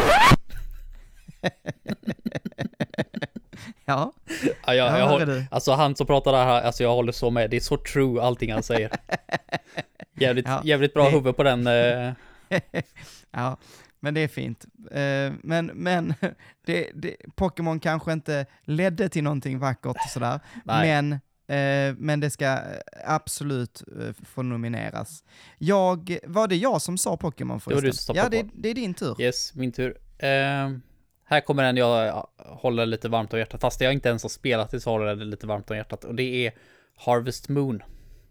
S1: Ja.
S2: Jag håller, alltså han som pratar där, alltså jag håller så med. Det är så true allting han säger. Jävligt bra huvud på den.
S1: Ja, men det är fint. Men Pokémon kanske inte ledde till någonting vackert sådär. Men det ska absolut få nomineras. Var det jag som sa Pokémon förresten?
S2: Det var du som sa Pokémon.
S1: Det är din tur.
S2: Yes, min tur. Här kommer en jag håller lite varmt om hjärtat. Fast jag inte ens har spelat det så håller jag det lite varmt om hjärtat. Och det är Harvest Moon.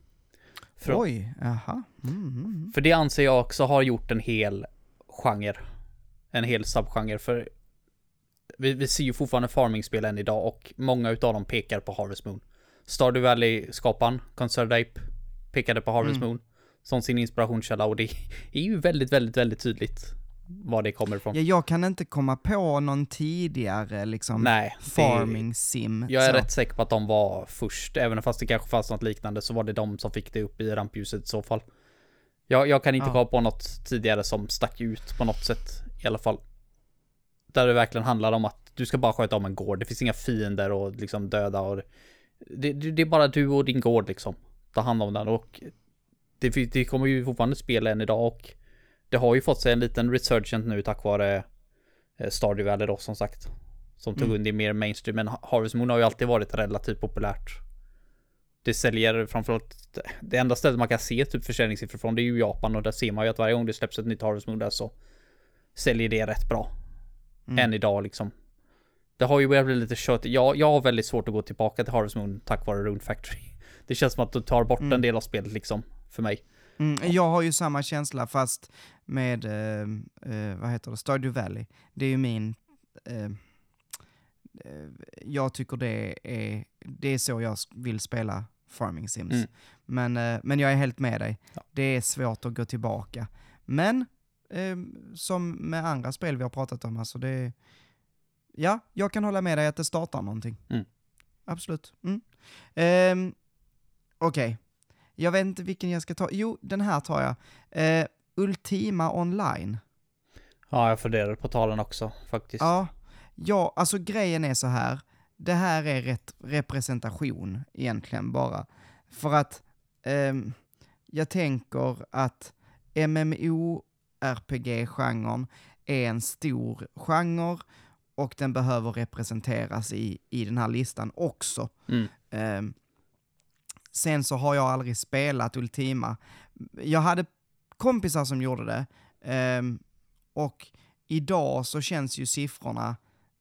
S1: Oj, jaha.
S2: För det anser jag också har gjort en hel genre. En hel subgenre. För vi ser ju fortfarande farming-spel än idag. Och många utav dem pekar på Harvest Moon. Stardew Valley-skaparen, Concerned Ape, pekade på Harvest Moon som sin inspirationskälla. Och det är ju väldigt, väldigt, väldigt tydligt var det kommer ifrån.
S1: Ja, jag kan inte komma på någon tidigare liksom farming sim.
S2: Jag är rätt säker på att de var först. Även fast det kanske fanns något liknande så var det de som fick det upp i rampljuset i så fall. Jag kan inte komma på något tidigare som stack ut på något sätt i alla fall. Där det verkligen handlar om att du ska bara sköta om en gård. Det finns inga fiender och liksom döda. Och det är bara du och din gård liksom. Ta hand om den. Och det kommer ju fortfarande spela än idag och det har ju fått sig en liten resurgent nu tack vare Stardew Valley då som sagt. Som tog under mer mainstream. Men Harvest Moon har ju alltid varit relativt populärt. Det säljer framförallt... Det enda stället man kan se typ försäljningssiffror från det är ju Japan. Och där ser man ju att varje gång det släpps ett nytt Harvest Moon där så säljer det rätt bra. Än idag liksom. Det har ju börjat bli lite kött. Jag har väldigt svårt att gå tillbaka till Harvest Moon tack vare Rune Factory. Det känns som att du tar bort en del av spelet liksom för mig.
S1: Jag har ju samma känsla fast med vad heter det? Stardew Valley. Det är ju min jag tycker det är så jag vill spela Farming Sims. Men jag är helt med dig. Ja. Det är svårt att gå tillbaka. Men som med andra spel vi har pratat om alltså jag kan hålla med dig att det startar någonting. Absolut. Okej. Jag vet inte vilken jag ska ta. Jo, den här tar jag. Ultima Online.
S2: Ja, jag funderar på talen också, faktiskt.
S1: Ja, alltså grejen är så här. Det här är rätt representation egentligen bara. För att jag tänker att MMO-RPG-genren är en stor genre och den behöver representeras i den här listan också. Sen så har jag aldrig spelat Ultima. Jag hade kompisar som gjorde det. Och idag så känns ju siffrorna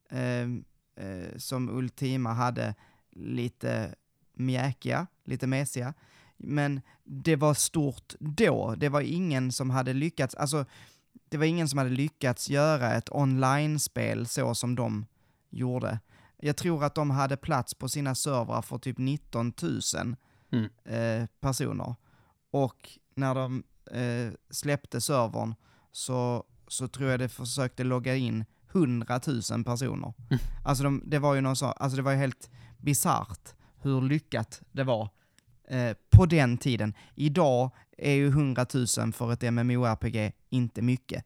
S1: som Ultima hade lite mjäkiga, lite mesiga. Men det var stort då. Det var ingen som hade lyckats. Alltså, det var ingen som hade lyckats göra ett online-spel så som de gjorde. Jag tror att de hade plats på sina servrar för typ 19 000 personer. Och när de släppte servern så tror jag det försökte logga in 100 000 personer. Alltså det var ju det var ju helt bizarrt hur lyckat det var på den tiden. Idag är ju 100 000 för ett MMORPG inte mycket.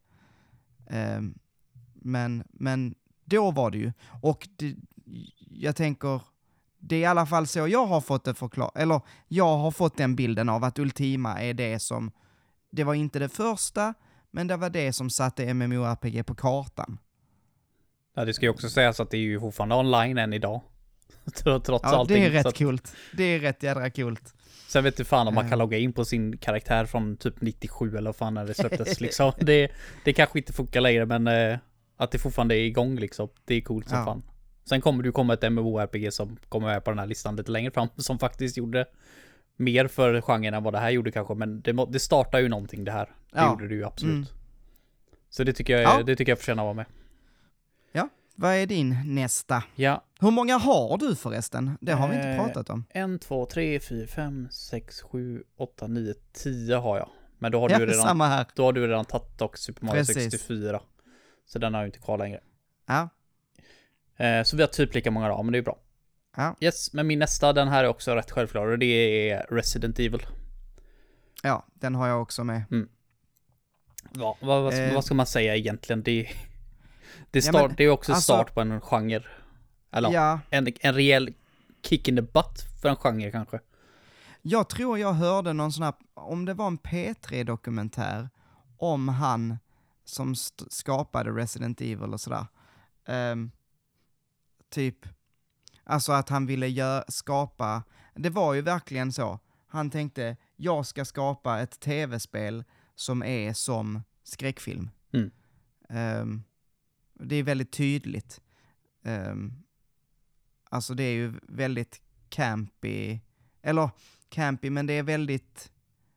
S1: Men då var det ju. Och jag tänker, det är i alla fall så jag har fått det förklarat. Eller jag har fått den bilden av att Ultima är det som, det var inte det första, men det var det som satte MMORPG på kartan.
S2: Ja, det ska ju också sägas att det är ju fortfarande online än idag. Trots allting.
S1: Det är rätt coolt. Det är rätt jädra coolt.
S2: Sen vet du fan om man kan logga in på sin karaktär från typ 97 eller vad fan när det släpptes liksom. Det kanske inte funkar längre, men att det fortfarande är igång liksom. Det är coolt som fan. Sen kommer det ju komma ett MMORPG som kommer med på den här listan lite längre fram, som faktiskt gjorde mer för genren än vad det här gjorde kanske, men det startar ju någonting det här. Det gjorde det ju absolut. Så det tycker jag förtjänar att vara med.
S1: Ja, vad är din nästa?
S2: Ja.
S1: Hur många har du förresten? Det har vi inte pratat om.
S2: 1, 2, 3, 4, 5, 6, 7, 8, 9, 10 har jag. Men då har du redan,
S1: samma här.
S2: Då har du redan tagit dock Super Mario 64. Så den har ju inte kvar längre.
S1: Ja.
S2: Så vi har typ lika många då, men det är bra.
S1: Ja.
S2: Yes, men min nästa, den här är också rätt självklar, och det är Resident Evil.
S1: Ja, den har jag också med.
S2: Ja, vad ska man säga egentligen? Det är också start på en genre. Eller en rejäl kick in the butt för en genre kanske.
S1: Jag tror jag hörde någon sån här, om det var en P3-dokumentär om han som skapade Resident Evil och sådär. Typ, alltså att han ville skapa, det var ju verkligen så. Han tänkte, jag ska skapa ett tv-spel som är som skräckfilm. Det är väldigt tydligt. Alltså det är ju väldigt campy, men det är väldigt,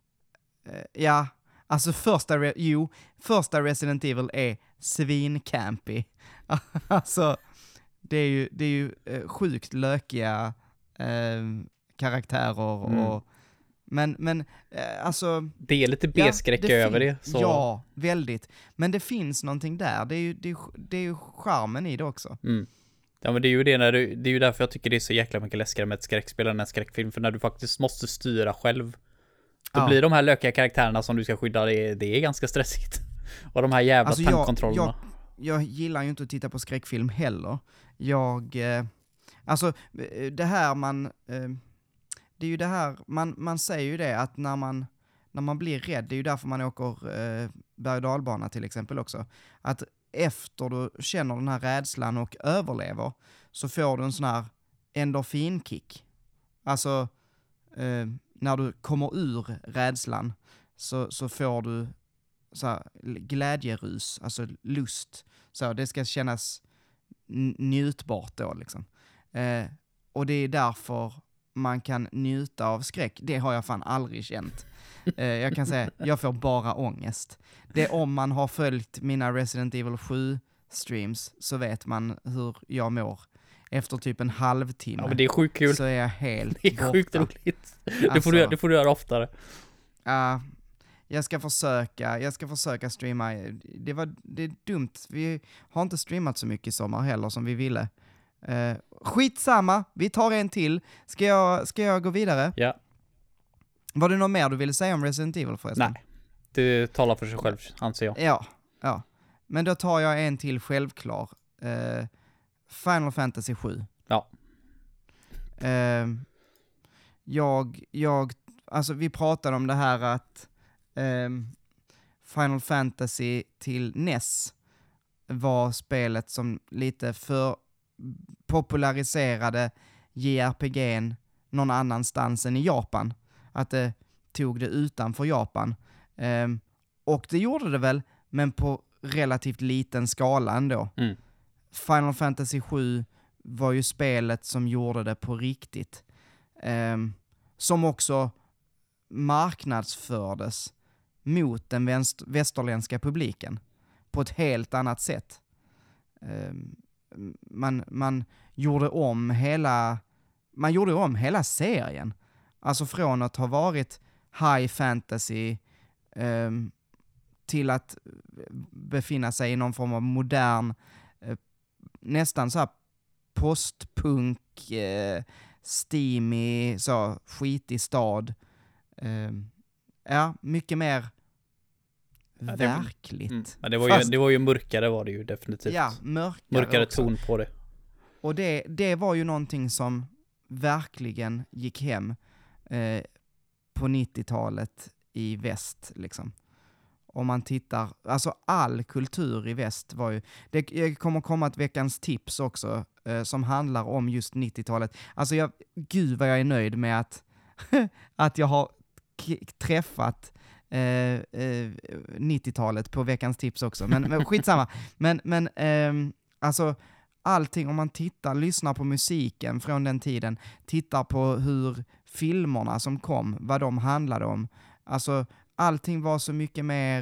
S1: alltså första Resident Evil är svin-campy. Alltså, det är ju sjukt lökiga karaktärer och men alltså... Det
S2: är lite B-skräck över det. Så.
S1: Ja, väldigt. Men det finns någonting där. Det är ju charmen i det också.
S2: Ja, men det är ju det är ju därför jag tycker det är så jäkla mycket läskigare med ett skräckspel än en skräckfilm. För när du faktiskt måste styra själv, då blir de här lökiga karaktärerna som du ska skydda, det är ganska stressigt. Och de här jävla tankkontrollerna.
S1: Jag gillar ju inte att titta på skräckfilm heller. Alltså, det här det är ju det här, man säger ju det att när man blir rädd, det är ju därför man åker berg- och dalbana till exempel också, att efter du känner den här rädslan och överlever, så får du en sån här endorfinkick. Alltså, när du kommer ur rädslan så får du så här glädjerus, alltså lust. Så det ska kännas njutbart då liksom. Och det är därför man kan njuta av skräck. Det har jag fan aldrig känt. Jag kan säga, jag får bara ångest. Det om man har följt mina Resident Evil 7 streams så vet man hur jag mår. Efter typ en halvtimme.
S2: Ja, men det är sjukt kul.
S1: Så är jag helt
S2: Det är sjukt
S1: borta.
S2: roligt. Det får du göra oftare.
S1: Jag ska försöka streama. Det är dumt. Vi har inte streamat så mycket i sommar heller som vi ville. Skitsamma, vi tar en till. Ska jag gå vidare?
S2: Ja.
S1: Var det något mer du ville säga om Resident Evil förresten?
S2: Nej, det talar för sig själv, anser jag.
S1: Ja. Men då tar jag en till självklar. Final Fantasy 7.
S2: Ja.
S1: Alltså vi pratade om det här att Final Fantasy till NES var spelet som lite för populariserade JRPG:n någon annanstans än i Japan. Att det tog det utanför Japan. Och det gjorde det väl, men på relativt liten skala ändå. Final Fantasy 7 var ju spelet som gjorde det på riktigt. Som också marknadsfördes mot den västerländska publiken på ett helt annat sätt. Man gjorde om hela serien. Alltså från att ha varit high fantasy till att befinna sig i någon form av modern, nästan så här postpunk, steamy, så skitig stad. Mycket mer verkligt.
S2: Ja, det var ju mörkare, var det ju definitivt.
S1: Ja,
S2: mörkare
S1: också.
S2: ton på det.
S1: Och det var ju någonting som verkligen gick hem på 90-talet i väst liksom. om man tittar, alltså all kultur i väst var ju, det kommer komma ett veckans tips också som handlar om just 90-talet. Alltså gud vad jag är nöjd med att jag har träffat 90-talet på veckans tips också, men skitsamma. Men alltså allting, om man lyssnar på musiken från den tiden, tittar på hur filmerna som kom, vad de handlade om, alltså allting var så mycket mer,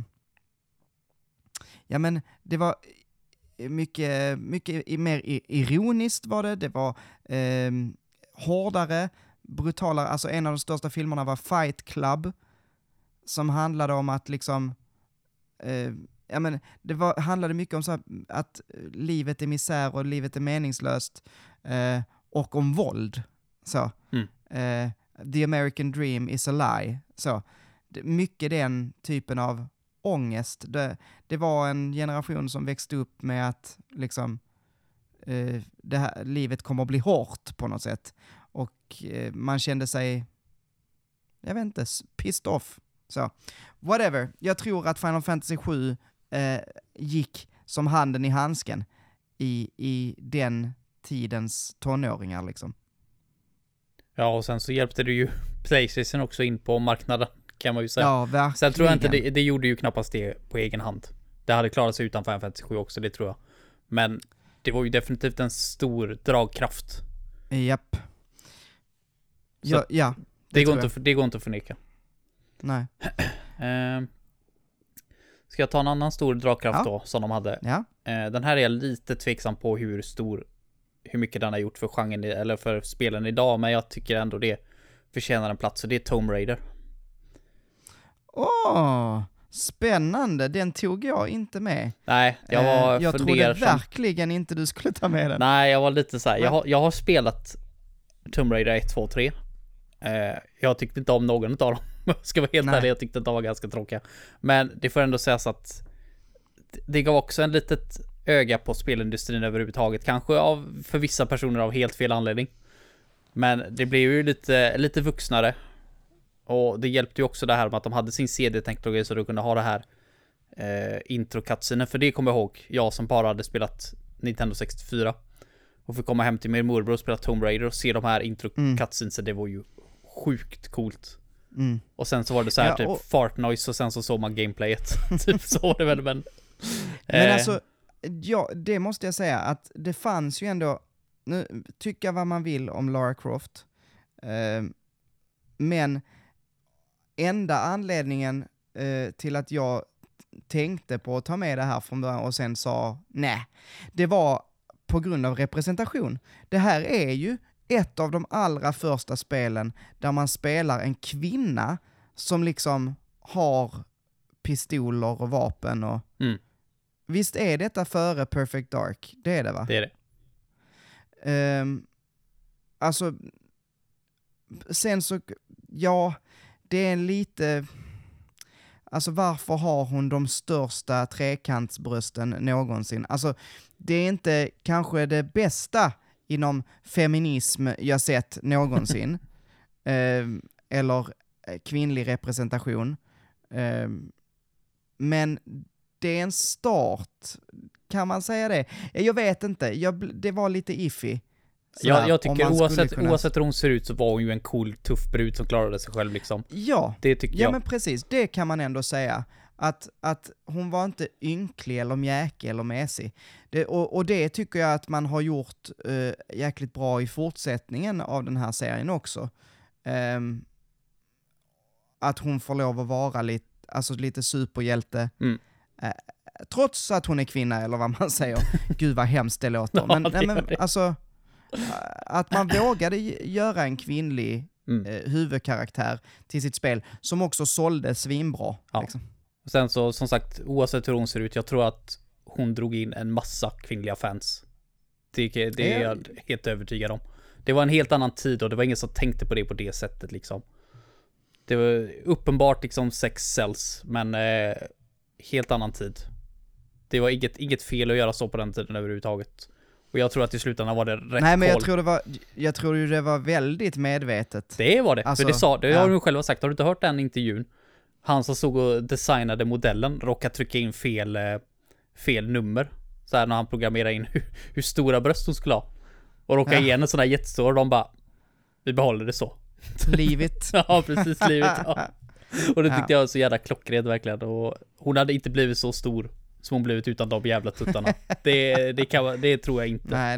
S1: det var mycket mer ironiskt var det var hårdare, brutalare, alltså en av de största filmerna var Fight Club, som handlade om att liksom, handlade mycket om så att livet är misär och livet är meningslöst, och om våld. Så. The American Dream is a lie. Så. Mycket den typen av ångest. Det var en generation som växte upp med att liksom, det här livet kommer att bli hårt på något sätt. Och man kände sig, jag vet inte, pissed off. Så, whatever. Jag tror att Final Fantasy 7 gick som handen i handsken i den tidens tonåringar liksom.
S2: Ja, och sen så hjälpte det ju PlayStation också in på marknaden, kan man ju säga.
S1: Ja, verkligen.
S2: Sen tror jag inte, det gjorde ju knappast det på egen hand. Det hade klarat sig utan Final Fantasy 7 också, det tror jag. Men det var ju definitivt en stor dragkraft.
S1: Japp. Ja,
S2: det går inte att förneka.
S1: Nej.
S2: Ska jag ta en annan stor dragkraft då, som de hade?
S1: Ja.
S2: Den här är jag lite tveksam på hur mycket den har gjort för genren, eller för spelen idag, men jag tycker ändå det förtjänar en plats, och det är Tomb Raider.
S1: Spännande. Den tog jag inte med.
S2: Nej, jag
S1: trodde verkligen inte du skulle ta med den.
S2: Nej, jag var lite så här. Jag har spelat Tomb Raider 1, 2, 3. Jag tyckte inte om någon av dem. Jag ska vara helt ärlig, jag tyckte att de var ganska tråkiga. Men det får ändå sägas att det gav också en litet öga på spelindustrin överhuvudtaget. Kanske för vissa personer av helt fel anledning. Men det blev ju lite vuxnare. Och det hjälpte ju också det här med att de hade sin CD-teknologi, så du kunde ha det här intro-cutscenen. För det kommer jag ihåg, jag som bara hade spelat Nintendo 64 och fick komma hem till min morbror och spela Tomb Raider och se de här intro-cutscenes, så det var ju sjukt coolt. Och sen så var det så här typ fart noise, och sen så såg man gameplayet. Typ så var det väl, men
S1: alltså, ja, det måste jag säga att det fanns ju ändå, nu tycker jag vad man vill om Lara Croft, men enda anledningen till att jag tänkte på att ta med det här från början och sen sa nej, det var på grund av representation. Det här är ju ett av de allra första spelen där man spelar en kvinna som liksom har pistoler och vapen och visst är detta före Perfect Dark? Det är det, va?
S2: Det är det.
S1: Alltså sen så, ja, det är en lite, alltså varför har hon de största trekantsbrösten någonsin? Alltså det är inte kanske det bästa inom feminism jag sett någonsin. Eller kvinnlig representation. Men det är en start. Kan man säga det? Jag vet inte. Det var lite iffy.
S2: Jag tycker oavsett hur hon ser ut så var hon ju en cool, tuff brud som klarade sig själv liksom.
S1: Ja,
S2: det tycker jag.
S1: Ja, men precis. Det kan man ändå säga. Att hon var inte ynklig eller mjäkig eller mesig. Och det tycker jag att man har gjort jäkligt bra i fortsättningen av den här serien också. Att hon får lov att vara lite superhjälte. Trots att hon är kvinna, eller vad man säger. Gud vad hemskt det låter. Men alltså, att man vågade göra en kvinnlig huvudkaraktär till sitt spel som också sålde svinbra.
S2: Ja.
S1: Liksom.
S2: Och sen så, som sagt, oavsett hur hon ser ut, jag tror att hon drog in en massa kvinnliga fans. Det är jag helt övertygad om. Det var en helt annan tid och det var ingen som tänkte på det på det sättet liksom. Det var uppenbart liksom sex sells, men helt annan tid. Det var inget fel att göra så på den tiden överhuvudtaget. Och jag tror att i slutändan var det rätt.
S1: Nej, men jag tror ju det var väldigt medvetet.
S2: Det var det.
S1: Alltså,
S2: för det har de själva sagt. Har du inte hört den intervjun? Han som stod och designade modellen råkade trycka in fel nummer. Så här när han programmerade in hur stora bröst hon skulle ha. Och råkade igen en sån här jättestor och de bara, vi behåller det så.
S1: Livet.
S2: Ja, precis, livet. Ja. Och det tyckte jag var så jävla klockrent verkligen. Och hon hade inte blivit så stor som hon blivit utan de jävla tuttarna. Det tror jag inte.
S1: Nej,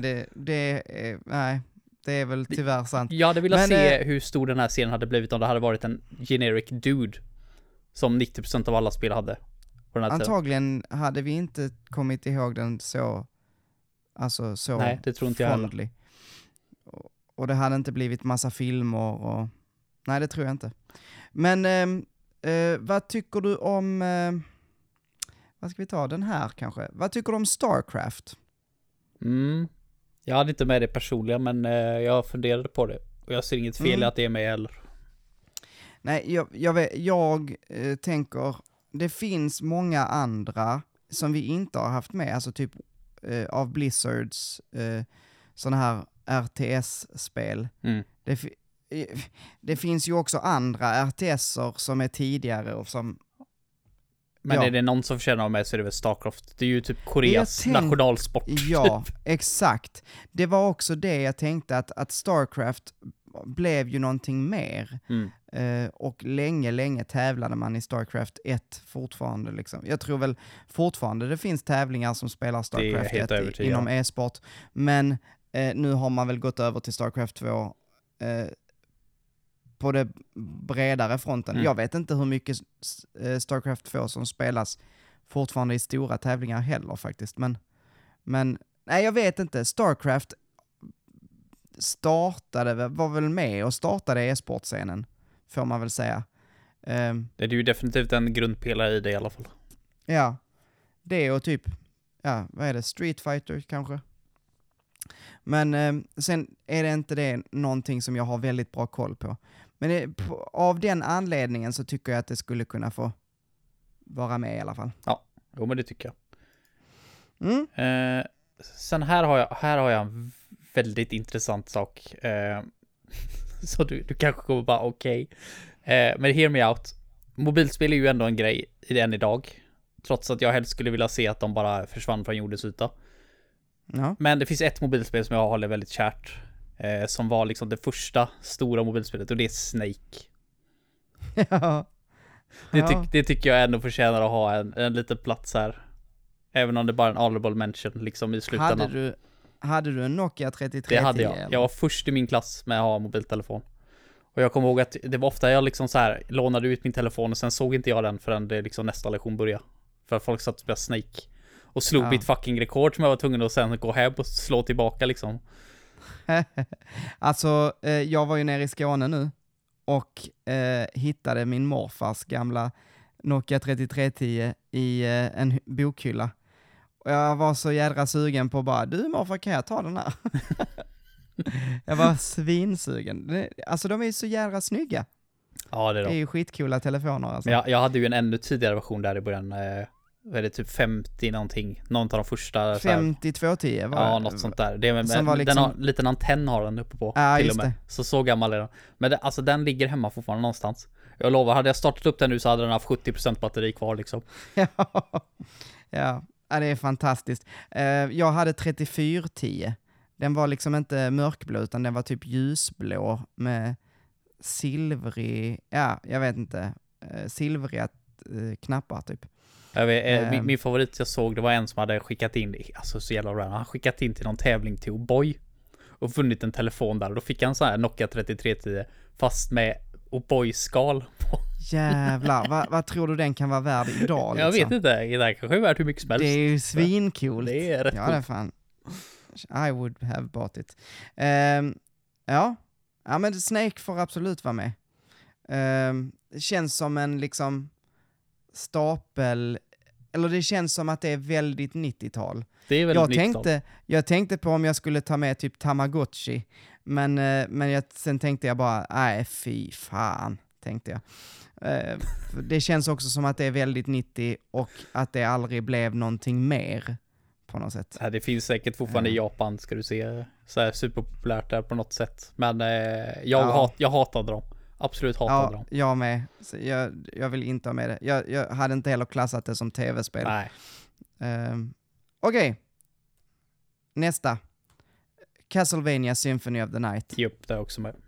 S1: det är väl tyvärr sant.
S2: Jag hade velat se hur stor den här scenen hade blivit om det hade varit en generic dude. Som 90% av alla spel hade. På den här
S1: antagligen hade vi inte kommit ihåg den så. Alltså så.
S2: Nej, det tror inte jag
S1: heller. Och det hade inte blivit massa filmer och... Nej, det tror jag inte. Men vad tycker du om... vad ska vi ta? Den här kanske. Vad tycker du om StarCraft?
S2: Jag hade inte med det personligen, men jag funderade på det. Och jag ser inget fel i att det är med heller.
S1: Nej, jag tänker... Det finns många andra som vi inte har haft med. Alltså typ av Blizzards sådana här RTS-spel. Det finns ju också andra RTSer som är tidigare och som... Men
S2: är det någon som förtjänar med så är det väl StarCraft. Det är ju typ Koreas nationalsport.
S1: Ja, exakt. Det var också det jag tänkte att StarCraft blev ju någonting mer. Och länge tävlade man i StarCraft 1 fortfarande liksom. Jag tror väl fortfarande det finns tävlingar som spelar StarCraft 1 inom e-sport. Men nu har man väl gått över till StarCraft 2 på det bredare fronten. Jag vet inte hur mycket StarCraft 2 som spelas fortfarande i stora tävlingar heller faktiskt. Men nej, jag vet inte. StarCraft var väl med och startade e-sportscenen, får man väl säga.
S2: Det är ju definitivt en grundpelare i det i alla fall.
S1: Ja, det och typ, vad är det? Street Fighter kanske? Men sen är det inte det någonting som jag har väldigt bra koll på. Men av den anledningen så tycker jag att det skulle kunna få vara med i alla fall.
S2: Ja, jo men det tycker jag. Sen här har jag en väldigt intressant sak. Så du kanske kommer bara okej. Men hear me out. Mobilspel är ju ändå en grej än idag. Trots att jag helst skulle vilja se att de bara försvann från jordens yta.
S1: Ja.
S2: Men det finns ett mobilspel som jag håller väldigt kärt. Som var liksom det första stora mobilspelet. Och det är Snake.
S1: Ja.
S2: Det tycker jag ändå förtjänar att ha en liten plats här. Även om det bara är en honorable mention liksom i slutändan.
S1: Hade du en Nokia 3310?
S2: Det hade jag. Jag var först i min klass med att ha mobiltelefon. Och jag kommer ihåg att det var ofta jag liksom så här lånade ut min telefon och sen såg inte jag den förrän det liksom nästa lektion började. För att folk satt och spelade Snake. Och slog mitt fucking rekord som jag var tvungen att sen gå hem och slå tillbaka liksom.
S1: Alltså, jag var ju nere i Skåne nu och hittade min morfars gamla Nokia 3310 i en bokhylla. Och jag var så jädra sugen på bara, du morfar, kan jag ta den här? Jag var svinsugen. Alltså de är ju så jädra snygga.
S2: Ja, det är de.
S1: Det är ju skitcoola telefoner alltså.
S2: Men jag hade ju en ännu tidigare version där i början. Är det typ 50 någonting? Någon av de första
S1: 5210 var det.
S2: Ja, något sånt där. Det är
S1: som var liksom...
S2: den har en liten antenn har den uppe på till och med. Så gammal är den. Men alltså den ligger hemma fortfarande någonstans. Jag lovar, hade jag startat upp den nu så hade den haft 70% batteri kvar liksom.
S1: Ja, det är fantastiskt. Jag hade 3410. Den var liksom inte mörkblå utan den var typ ljusblå med silvrig, jag vet inte, silvriga knappar typ.
S2: Jag vet, min favorit jag såg, det var en som hade skickat in, alltså så jävla bra, han skickat in till någon tävling till O'boy och vunnit en telefon där och då fick han så här Nokia 3310 fast med O'boy-skal på.
S1: Jävlar, vad tror du den kan vara värd idag? Liksom?
S2: Jag vet inte, det kanske är värt hur mycket som helst.
S1: Det är ju svincoolt.
S2: Det är rätt
S1: det är fan. I would have bought it. Ja, men Snake får absolut vara med. Det känns som en liksom stapel, eller det känns som att det är väldigt 90-tal.
S2: Det är väldigt 90-tal.
S1: Jag tänkte på om jag skulle ta med typ Tamagotchi, men sen tänkte jag bara, nej fy fan, tänkte jag. Det känns också som att det är väldigt 90 och att det aldrig blev någonting mer på något sätt.
S2: Det finns säkert fortfarande i Japan, ska du se, så här superpopulärt där på något sätt. Men jag hatade dem. Absolut hatade dem.
S1: Jag med. Så jag vill inte ha med det. Jag hade inte heller klassat det som tv-spel.
S2: Nej.
S1: Okej. Nästa. Castlevania Symphony of the Night.
S2: Jupp, det är också med.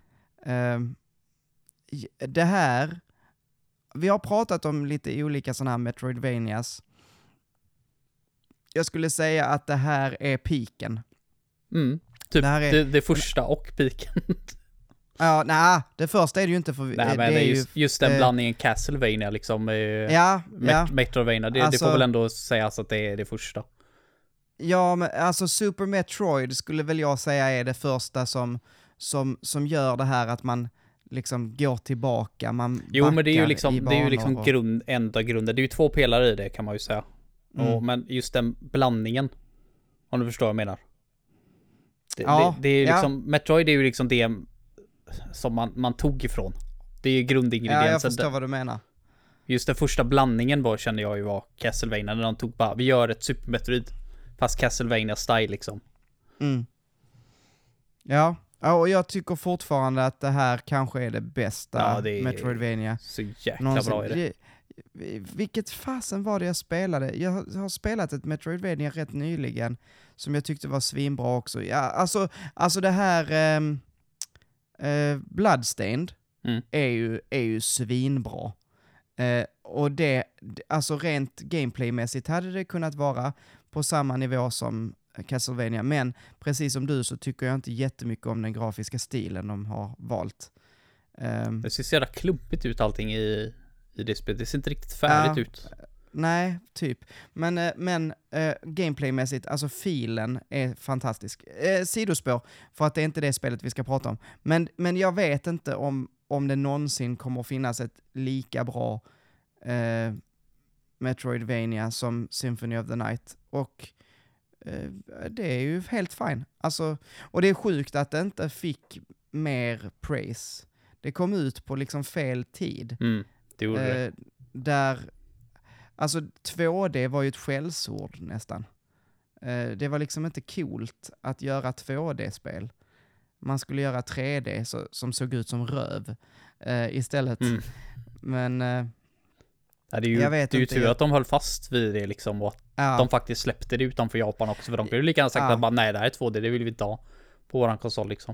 S1: Det här... Vi har pratat om lite olika sådana här Metroidvanias. Jag skulle säga att det här är piken.
S2: Typ det första och piken.
S1: Ja, nej, det första är det ju inte för...
S2: Nej, men det är just den blandningen Castlevania liksom. Metroidvania, det får väl ändå sägas att det är det första.
S1: Ja, men alltså Super Metroid skulle väl jag säga är det första som gör det här att man liksom går tillbaka, man
S2: Jo, men det är ju liksom enda grunden. Det är ju 2 pelare i det kan man ju säga. Men just den blandningen, om du förstår vad jag menar. Det är liksom, Metroid är ju liksom det som man tog ifrån. Det är ju grundingrediensen.
S1: Ja, jag förstår vad du menar.
S2: Just den första blandningen kände jag ju var Castlevania, när de tog bara, vi gör ett Super Metroid fast Castlevania-style liksom.
S1: Ja, och jag tycker fortfarande att det här kanske är det bästa Metroidvania.
S2: Så jäkla bra är det.
S1: Vilket fasen var det jag spelade? Jag har spelat ett Metroidvania rätt nyligen som jag tyckte var svinbra också. Ja, alltså det här Bloodstained är ju svinbra. Och det, alltså rent gameplaymässigt hade det kunnat vara på samma nivå som Castlevania, men precis som du så tycker jag inte jättemycket om den grafiska stilen de har valt.
S2: Det ser så jävla klumpigt ut allting i det spelet. Det ser inte riktigt färdigt ut.
S1: Nej, typ. Men gameplaymässigt, alltså filen är fantastisk. Sidospår, för att det är inte det spelet vi ska prata om. Men jag vet inte om det någonsin kommer att finnas ett lika bra Metroidvania som Symphony of the Night. Och det är ju helt fine. Alltså, och det är sjukt att det inte fick mer praise. Det kom ut på liksom fel tid.
S2: Det gjorde det.
S1: Där, alltså 2D var ju ett skällsord nästan. Det var liksom inte coolt att göra 2D-spel. Man skulle göra 3D som såg ut som röv istället. Men
S2: det är ju tur att de höll fast vid det liksom, och att de faktiskt släppte det utanför Japan också, för de kunde ju lika gärna sagt att bara, nej, det här är 2D, det vill vi inte ha på våran konsol liksom.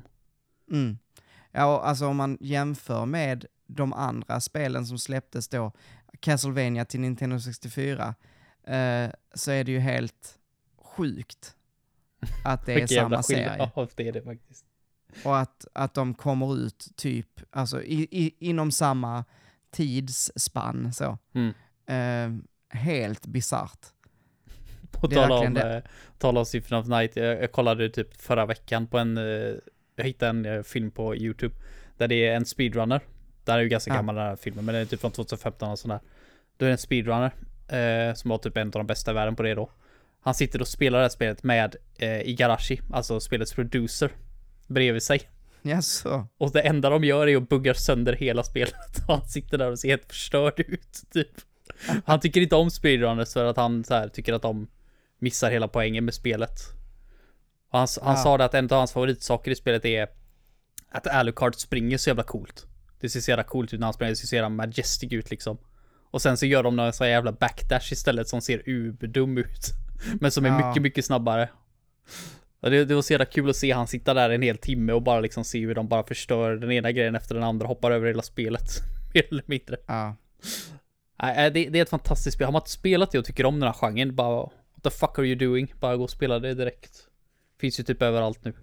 S1: Ja, alltså om man jämför med de andra spelen som släpptes då, Castlevania till Nintendo 64, så är det ju helt sjukt att det är samma serie.
S2: Ja, det är det faktiskt.
S1: Och att de kommer ut typ, alltså inom samma tidsspann så. Helt bizarrt.
S2: På tal om Symphony of the Night, jag kollade typ förra veckan på jag hittade en film på YouTube där det är en speedrunner. Där är ju ganska gammal den här filmen, men den är typ från 2015 och sådär. Då är det en speedrunner som var typ en av de bästa i världen på det då. Han sitter och spelar det här spelet med Igarashi, alltså spelets producer, bredvid sig.
S1: Jaså.
S2: Och det enda de gör är att bugga sönder hela spelet. Och han sitter där och ser helt förstörd ut typ. Han tycker inte om speedrunners för att han så här, tycker att de missar hela poängen med spelet. Och han sa det att en av hans favoritsaker i spelet är att Alucard springer så jävla coolt. Det ser så jävla coolt ut när han springer, det ser så jävla majestic ut liksom. Och sen så gör de någon så jävla backdash istället som ser uberdum ut. Men som är mycket, mycket snabbare. Och det var så jävla kul att se han sitta där en hel timme och bara liksom se hur de bara förstör den ena grejen efter den andra, hoppar över hela spelet. Mer eller mindre. Det är ett fantastiskt spel. Har man inte spelat det och tycker om den här genren, bara what the fuck are you doing? Bara gå och spela det direkt. Finns ju typ överallt nu.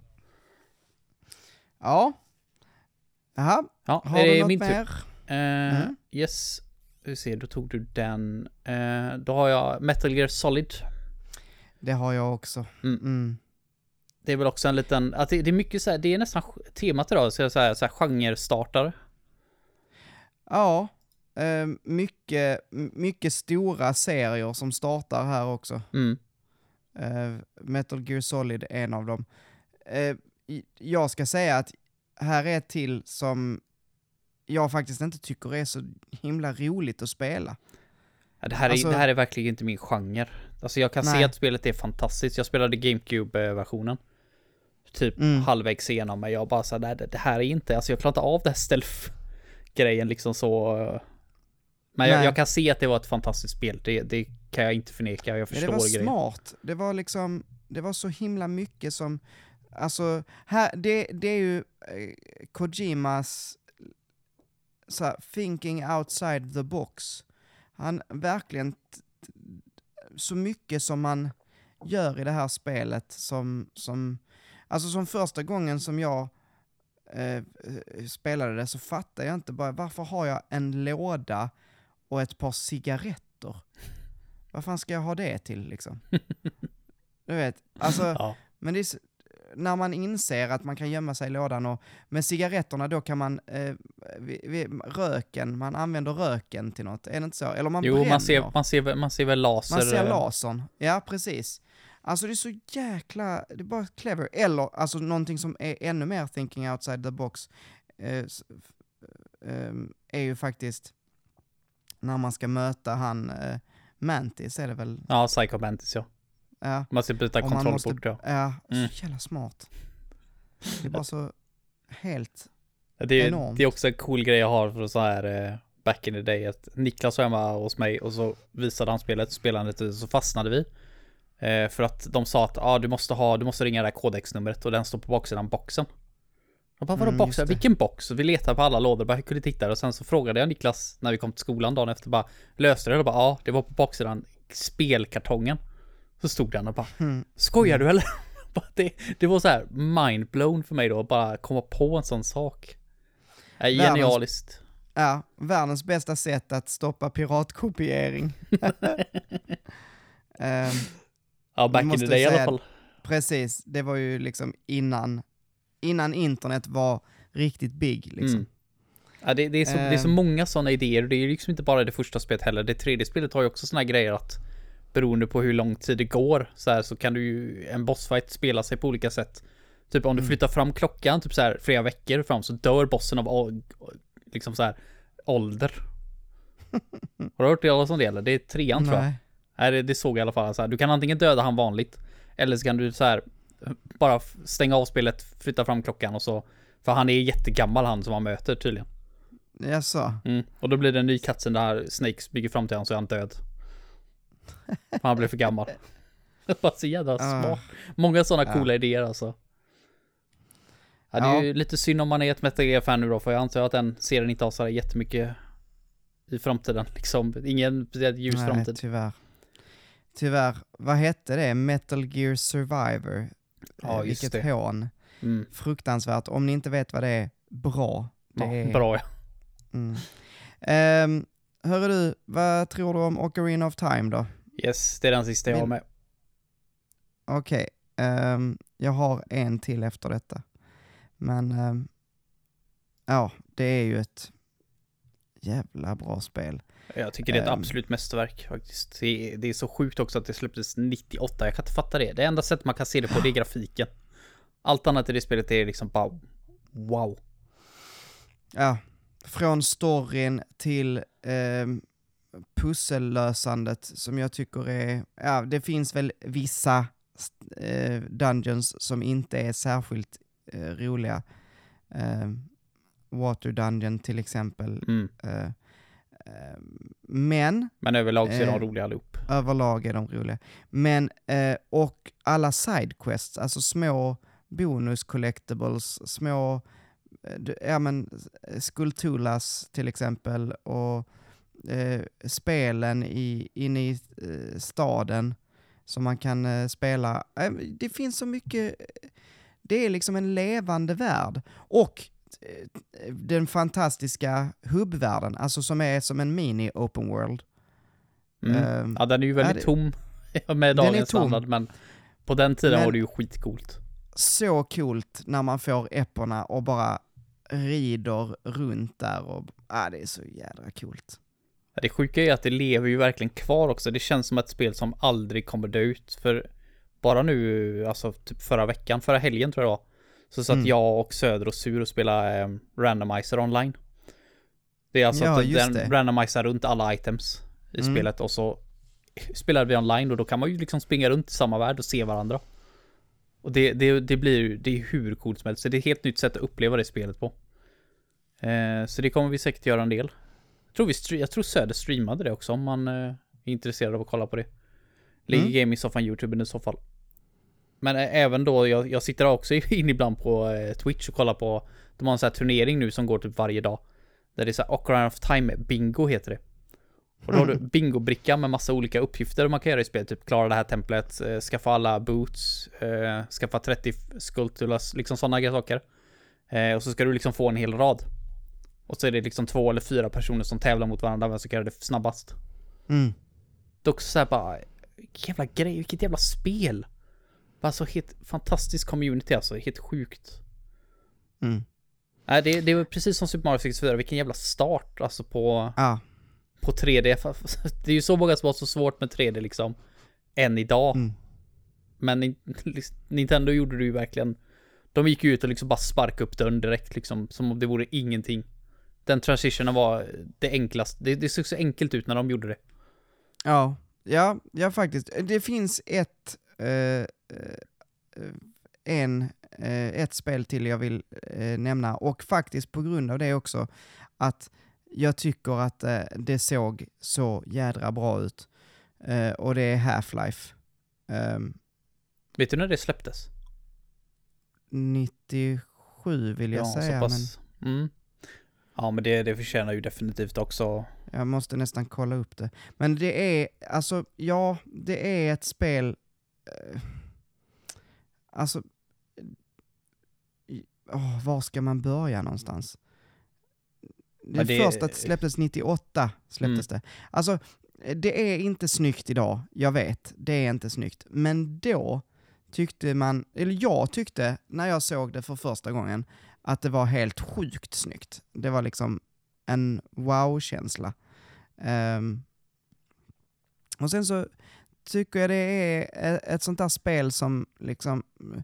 S1: Ja. Jaha.
S2: Ja,
S1: har du något mer?
S2: Yes. Hur ser då tog du den. Då har jag Metal Gear Solid.
S1: Det har jag också.
S2: Det är väl också en liten, att det är mycket så här, det är nästan temat idag, så här genre-startare.
S1: Ja. Mycket stora serier som startar här också. Metal Gear Solid är en av dem. Jag ska säga att här är ett till som jag faktiskt inte tycker är så himla roligt att spela.
S2: Ja, det här är verkligen inte min genre. Alltså jag kan se att spelet är fantastiskt. Jag spelade GameCube-versionen typ halvvägs igenom, men jag bara så där, det här är inte, alltså jag klarar inte av det här grejen liksom så. Men jag kan se att det var ett fantastiskt spel. Det kan jag inte förneka. Jag förstår grejen.
S1: Det var smart. Det var liksom, det var så himla mycket som, alltså, här, det är ju Kojimas så här, thinking outside the box. Han verkligen så mycket som man gör i det här spelet som första gången som jag spelade det så fattade jag inte bara varför har jag en låda och ett par cigaretter? Vad fan ska jag ha det till liksom? Du vet, alltså, ja. Men det är, när man inser att man kan gömma sig i lådan och med cigaretterna då kan man röken, man använder röken till något, är det inte så? Eller man bränner.
S2: Man ser väl laser.
S1: Man ser lasern, ja precis. Alltså det är så jäkla, det är bara clever. Eller alltså någonting som är ännu mer thinking outside the box är ju faktiskt när man ska möta han Mantis är det väl?
S2: Ja, Psycho Mantis, ja.
S1: Ja.
S2: Man ska byta kontrollport, ja.
S1: Ja, så jävla smart. Det är bara så helt enormt.
S2: Det är också en cool grej jag har för så här back in the day. Att Niklas var hemma hos mig och så visade han spelandet och så fastnade vi. För att de sa att du måste ringa det här kodexnumret och den står på baksidan boxen. Jag bara, vadå boxen? Vilken box? Och vi letade på alla lådor, bara hur kunde titta? Och sen så frågade jag Niklas när vi kom till skolan dagen efter, bara löste det? Och bara, det var på baksidan spelkartongen. Så stod den och bara, skojar du eller? Det var så här mindblown för mig då, att bara komma på en sån sak. Genialiskt.
S1: Ja, världens bästa sätt att stoppa piratkopiering.
S2: Back in the day i alla fall.
S1: Precis, det var ju liksom innan internet var riktigt big liksom.
S2: Ja, det är så många sådana idéer, och det är liksom inte bara det första spelet heller. Det tredje spelet har ju också såna grejer att beroende på hur lång tid det går så kan du ju en bossfight spela sig på olika sätt. Typ om du flyttar fram klockan typ så här flera veckor fram så dör bossen av liksom så här ålder. Har du hört det alla som det eller? Det är 3:an tror jag. Nej, det såg jag i alla fall så här. Du kan antingen döda han vanligt eller så kan du så här bara stänga av spelet, flytta fram klockan och så, för han är jättegammal han som man möter tydligen.
S1: Jaså.
S2: Och då blir det en ny cutscene där Snakes bygger fram till han så är han död. Han blev för gammal. Det var så jävla smart. Många sådana coola idéer alltså. Ja, det är ju lite synd om man är ett Metal Gear-fan nu då, för jag antar att den serien inte har så jättemycket i framtiden. Liksom, ingen ljus framtid.
S1: Tyvärr. Vad hette det? Metal Gear Survivor.
S2: Ja, just
S1: vilket
S2: det.
S1: hån. Fruktansvärt. Om ni inte vet vad det är, bra. Det är...
S2: Bra, ja.
S1: Hörru du, vad tror du om Ocarina of Time då?
S2: Yes, det är den sista jag har med.
S1: Okej. Jag har en till efter detta. Men det är ju ett jävla bra spel.
S2: Jag tycker det är ett absolut mästerverk faktiskt. Det är så sjukt också att det släpptes 98. Jag kan inte fatta det. Det enda sättet man kan se det på det är grafiken. Allt annat i det spelet är liksom bara wow.
S1: Ja, från storyn till pussellösandet som jag tycker är... Ja, det finns väl vissa dungeons som inte är särskilt roliga. Water Dungeon till exempel. Men
S2: överlag så är de roliga allihop.
S1: Överlag är de roliga. Men, och alla sidequests, alltså små bonus collectibles, små Skulltulas till exempel, och spelen inne i staden som man kan spela. Det finns så mycket, det är liksom en levande värld. Och den fantastiska hubbvärlden, alltså som är som en mini open world.
S2: Ja, den är ju väldigt tom med dagens standard, men på den tiden var det ju skitcoolt.
S1: Så coolt när man får epporna och bara rider runt där och det är så jädra coolt.
S2: Ja, det sjuka är att det lever ju verkligen kvar också. Det känns som ett spel som aldrig kommer dö ut, för bara nu, alltså typ förra helgen tror jag det var, så satt jag och Söder och Sur och spelade randomizer online. Det är alltså att den randomiserar runt alla items i spelet, och så spelar vi online, och då kan man ju liksom springa runt i samma värld och se varandra. Och det är hur coolt som helst. Så det är ett helt nytt sätt att uppleva det spelet på. Så det kommer vi säkert göra en del. Jag tror Söder streamade det också om man är intresserad av att kolla på det. Ligger Gaming Soffan YouTube i så fall. Men även då, jag sitter också in ibland på Twitch och kollar på, de har en sån här turnering nu som går typ varje dag. Där det är så här Ocarina of Time bingo heter det. Och då har du bingobricka med massa olika uppgifter man kan göra i spel. Typ klara det här templet, skaffa alla boots, skaffa 30 skulptulas, liksom sådana saker. Och så ska du liksom få en hel rad. Och så är det liksom 2 eller 4 personer som tävlar mot varandra, vem som kan göra det snabbast. Det är också så här bara, vilken jävla grej, vilket jävla spel. Bara så helt fantastisk community alltså, helt sjukt. Det är precis som Super Mario 64, vilken jävla start alltså på 3D. Det är ju så många som har så svårt med 3D liksom än idag. Men Nintendo gjorde det ju verkligen. De gick ju ut och liksom bara sparkade upp dörren direkt liksom, som om det vore ingenting. Den transitionen var det enklaste. Det såg så enkelt ut när de gjorde det.
S1: Ja faktiskt. Det finns ett spel till jag vill nämna, och faktiskt på grund av det också att jag tycker att det såg så jädra bra ut. Och det är Half-Life.
S2: Vet du när det släpptes?
S1: 97 vill jag säga.
S2: Så pass. Men... Ja, men det förtjänar ju definitivt också.
S1: Jag måste nästan kolla upp det. Men det är, alltså, ja, det är ett spel... alltså... var ska man börja någonstans? Det första släpptes 98, släpptes det. Alltså, det är inte snyggt idag, jag vet. Det är inte snyggt. Men då tyckte man, eller jag tyckte, när jag såg det för första gången, att det var helt sjukt snyggt. Det var liksom en wow-känsla. Och sen så tycker jag det är ett sånt där spel som liksom...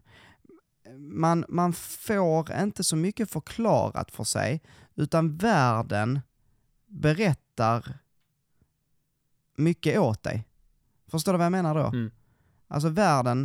S1: Man får inte så mycket förklarat för sig, utan världen berättar mycket åt dig. Förstår du vad jag menar då? Alltså världen...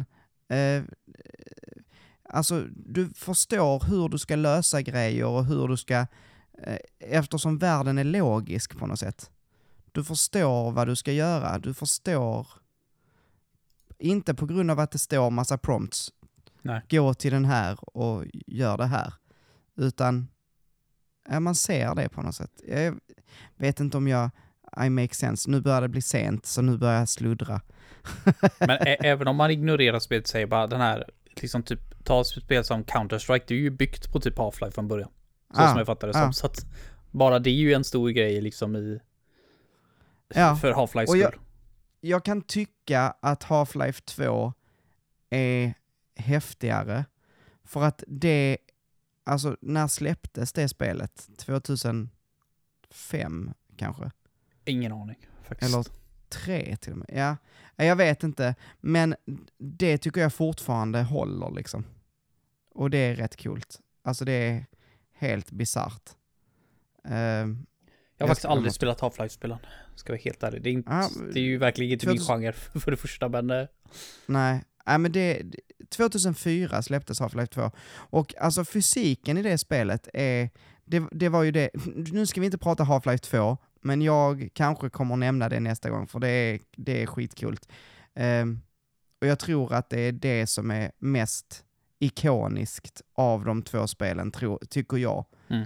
S1: alltså du förstår hur du ska lösa grejer och hur du ska... eftersom världen är logisk på något sätt. Du förstår vad du ska göra. Du förstår... Inte på grund av att det står massa prompts.
S2: Nej.
S1: Gå till den här och gör det här. Utan man ser det på något sätt. Jag vet inte om I make sense. Nu börjar det bli sent, så nu börjar jag sluddra.
S2: Men även om man ignorerar spelet, säger bara den här, liksom typ, ta ett spel som Counter-Strike, det är ju byggt på typ Half-Life från början. Så som jag fattar det som. Så att bara det är ju en stor grej liksom i för Half-Life skull.
S1: Jag kan tycka att Half-Life 2 är häftigare, för att det, alltså när släpptes det spelet? 2005 kanske?
S2: Ingen aning faktiskt.
S1: Eller 3 till och med. Ja, jag vet inte, men det tycker jag fortfarande håller liksom. Och det är rätt kul. Alltså det är helt bizarrt.
S2: Jag har faktiskt aldrig spelat Half-Life-spelen. Ska vara helt ärlig. Det är ju verkligen inte min genre för det första, men... Nej,
S1: men 2004 släpptes Half-Life 2. Och alltså fysiken i det spelet är... Det var ju det... Nu ska vi inte prata Half-Life 2, men jag kanske kommer nämna det nästa gång, för det är skitkult. Och jag tror att det är det som är mest ikoniskt av de två spelen, tycker jag.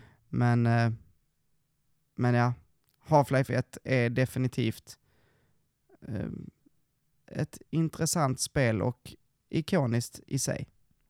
S1: Men ja, Half-Life 1 är definitivt ett intressant spel och ikoniskt i sig.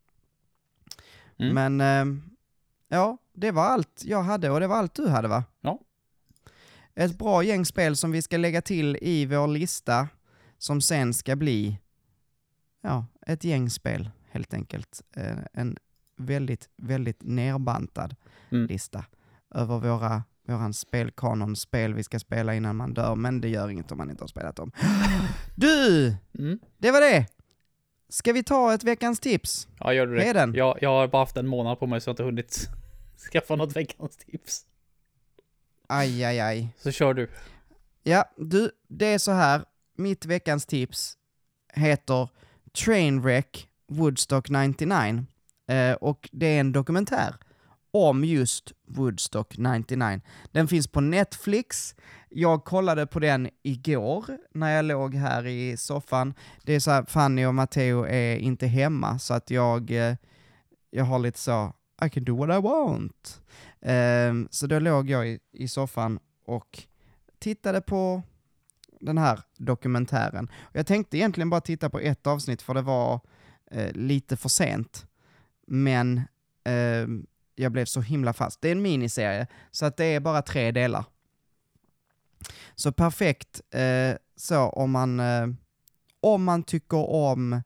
S1: Men ja, det var allt jag hade, och det var allt du hade, va?
S2: Ja.
S1: Ett bra gäng spel som vi ska lägga till i vår lista, som sen ska bli ett gängspel helt enkelt. En väldigt, väldigt nerbantad lista över våran spelkanon-spel vi ska spela innan man dör, men det gör inget om man inte har spelat dem. Du! Det var det! Ska vi ta ett veckans tips?
S2: Ja, gör du det?
S1: Den?
S2: Jag har bara haft en månad på mig, så jag har inte hunnit skaffa något veckans tips.
S1: Aj.
S2: Så kör du.
S1: Ja, du, det är så här. Mitt veckans tips heter Trainwreck Woodstock 99. Och det är en dokumentär om just Woodstock 99. Den finns på Netflix. Jag kollade på den igår när jag låg här i soffan. Det är så här, Fanny och Matteo är inte hemma, så att jag har lite så, I can do what I want. Så då låg jag i soffan och tittade på den här dokumentären. Och jag tänkte egentligen bara titta på ett avsnitt, för det var lite för sent. Men jag blev så himla fast. Det är en miniserie, så att det är bara 3 delar. Så perfekt så om man tycker om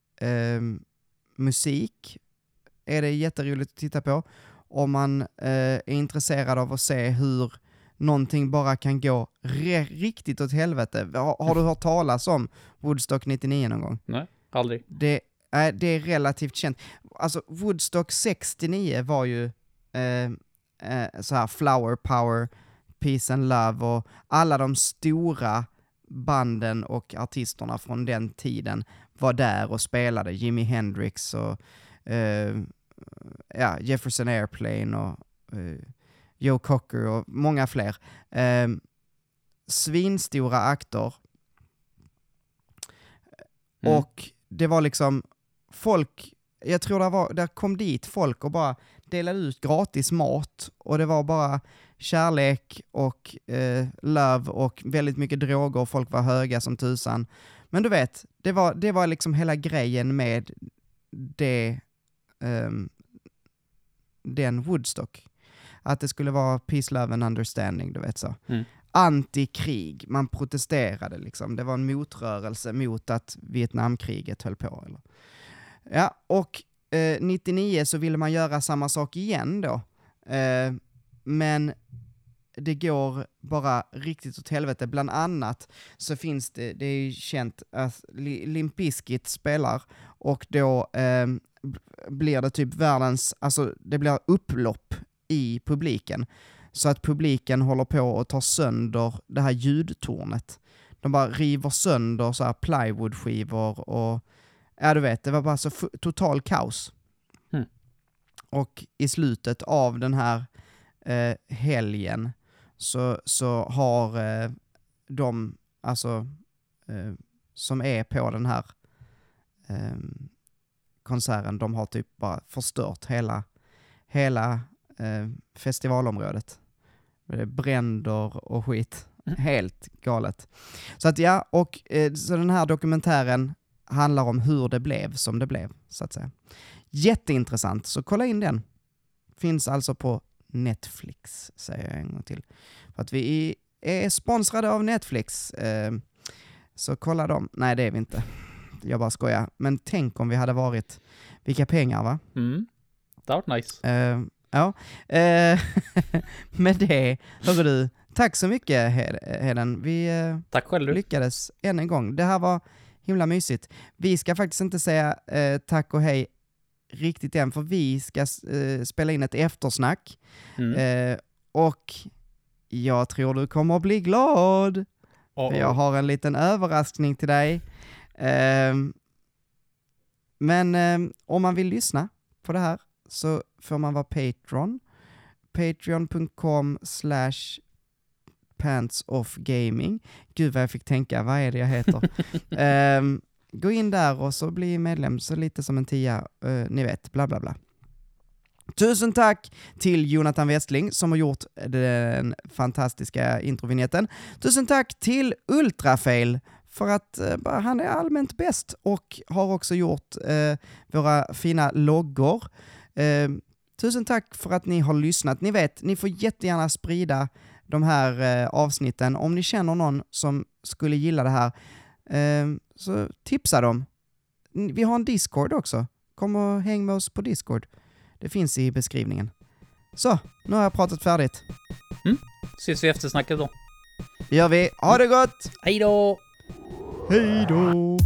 S1: musik är det jätteroligt att titta på. Om man är intresserad av att se hur någonting bara kan gå riktigt åt helvete. Har du hört talas om Woodstock 99 någon gång?
S2: Nej, aldrig.
S1: Det är relativt känt. Alltså Woodstock 69 var ju så här flower power, peace and love, och alla de stora banden och artisterna från den tiden var där och spelade. Jimi Hendrix och Jefferson Airplane och Joe Cocker och många fler. Svinstora akter. Och det var liksom folk, jag tror där kom dit folk och bara delade ut gratis mat, och det var bara kärlek och love och väldigt mycket droger, och folk var höga som tusan. Men du vet, det var liksom hela grejen med den Woodstock. Att det skulle vara peace, love and understanding, du vet så. Antikrig, man protesterade liksom. Det var en motrörelse mot att Vietnamkriget höll på. Eller? Ja, och 99 så ville man göra samma sak igen då. Men det går bara riktigt åt helvete. Bland annat så finns det är ju känt att Limp Bizkit spelar, och då blir det typ det blir upplopp i publiken. Så att publiken håller på att ta sönder det här ljudtornet. De bara river sönder så här plywoodskivor och ja, du vet, det var bara så total kaos. Och i slutet av den här helgen så har de som är på den här konserten, de har typ bara förstört hela festivalområdet. Det är bränder och skit. Helt galet. Så att ja, och så den här dokumentären handlar om hur det blev som det blev, så att säga. Jätteintressant, så kolla in den. Finns alltså på Netflix, säger jag en gång till. För att vi är sponsrade av Netflix. Så kolla dem. Nej, det är vi inte. Jag bara skojar. Men tänk om vi hade varit... Vilka pengar, va?
S2: Det var nice.
S1: Ja. Med det, hörru du. Tack så mycket, Heden. Vi
S2: tack själv.
S1: Lyckades än en gång. Det här var himla mysigt. Vi ska faktiskt inte säga tack och hej riktigt än, för vi ska spela in ett eftersnack. Och jag tror du kommer att bli glad. För jag har en liten överraskning till dig. Men om man vill lyssna på det här så får man vara Patreon. Patreon.com/pantsoffgaming. Gud vad jag fick tänka, vad är det jag heter? Gå in där och så bli medlem, så lite som en 10, ni vet, bla bla bla. Tusen tack till Jonathan Westling som har gjort den fantastiska introvignetten. Tusen tack till Ultrafail för att han är allmänt bäst och har också gjort våra fina loggor. Tusen tack för att ni har lyssnat. Ni vet, ni får jättegärna sprida de här avsnitten. Om ni känner någon som skulle gilla det här, så tipsa dem. Vi har en Discord också. Kom och häng med oss på Discord. Det finns i beskrivningen. Så, nu har jag pratat färdigt.
S2: Ses vi efter snacket då.
S1: Gör vi. Ha det gott!
S2: Hej då!
S1: Hej då!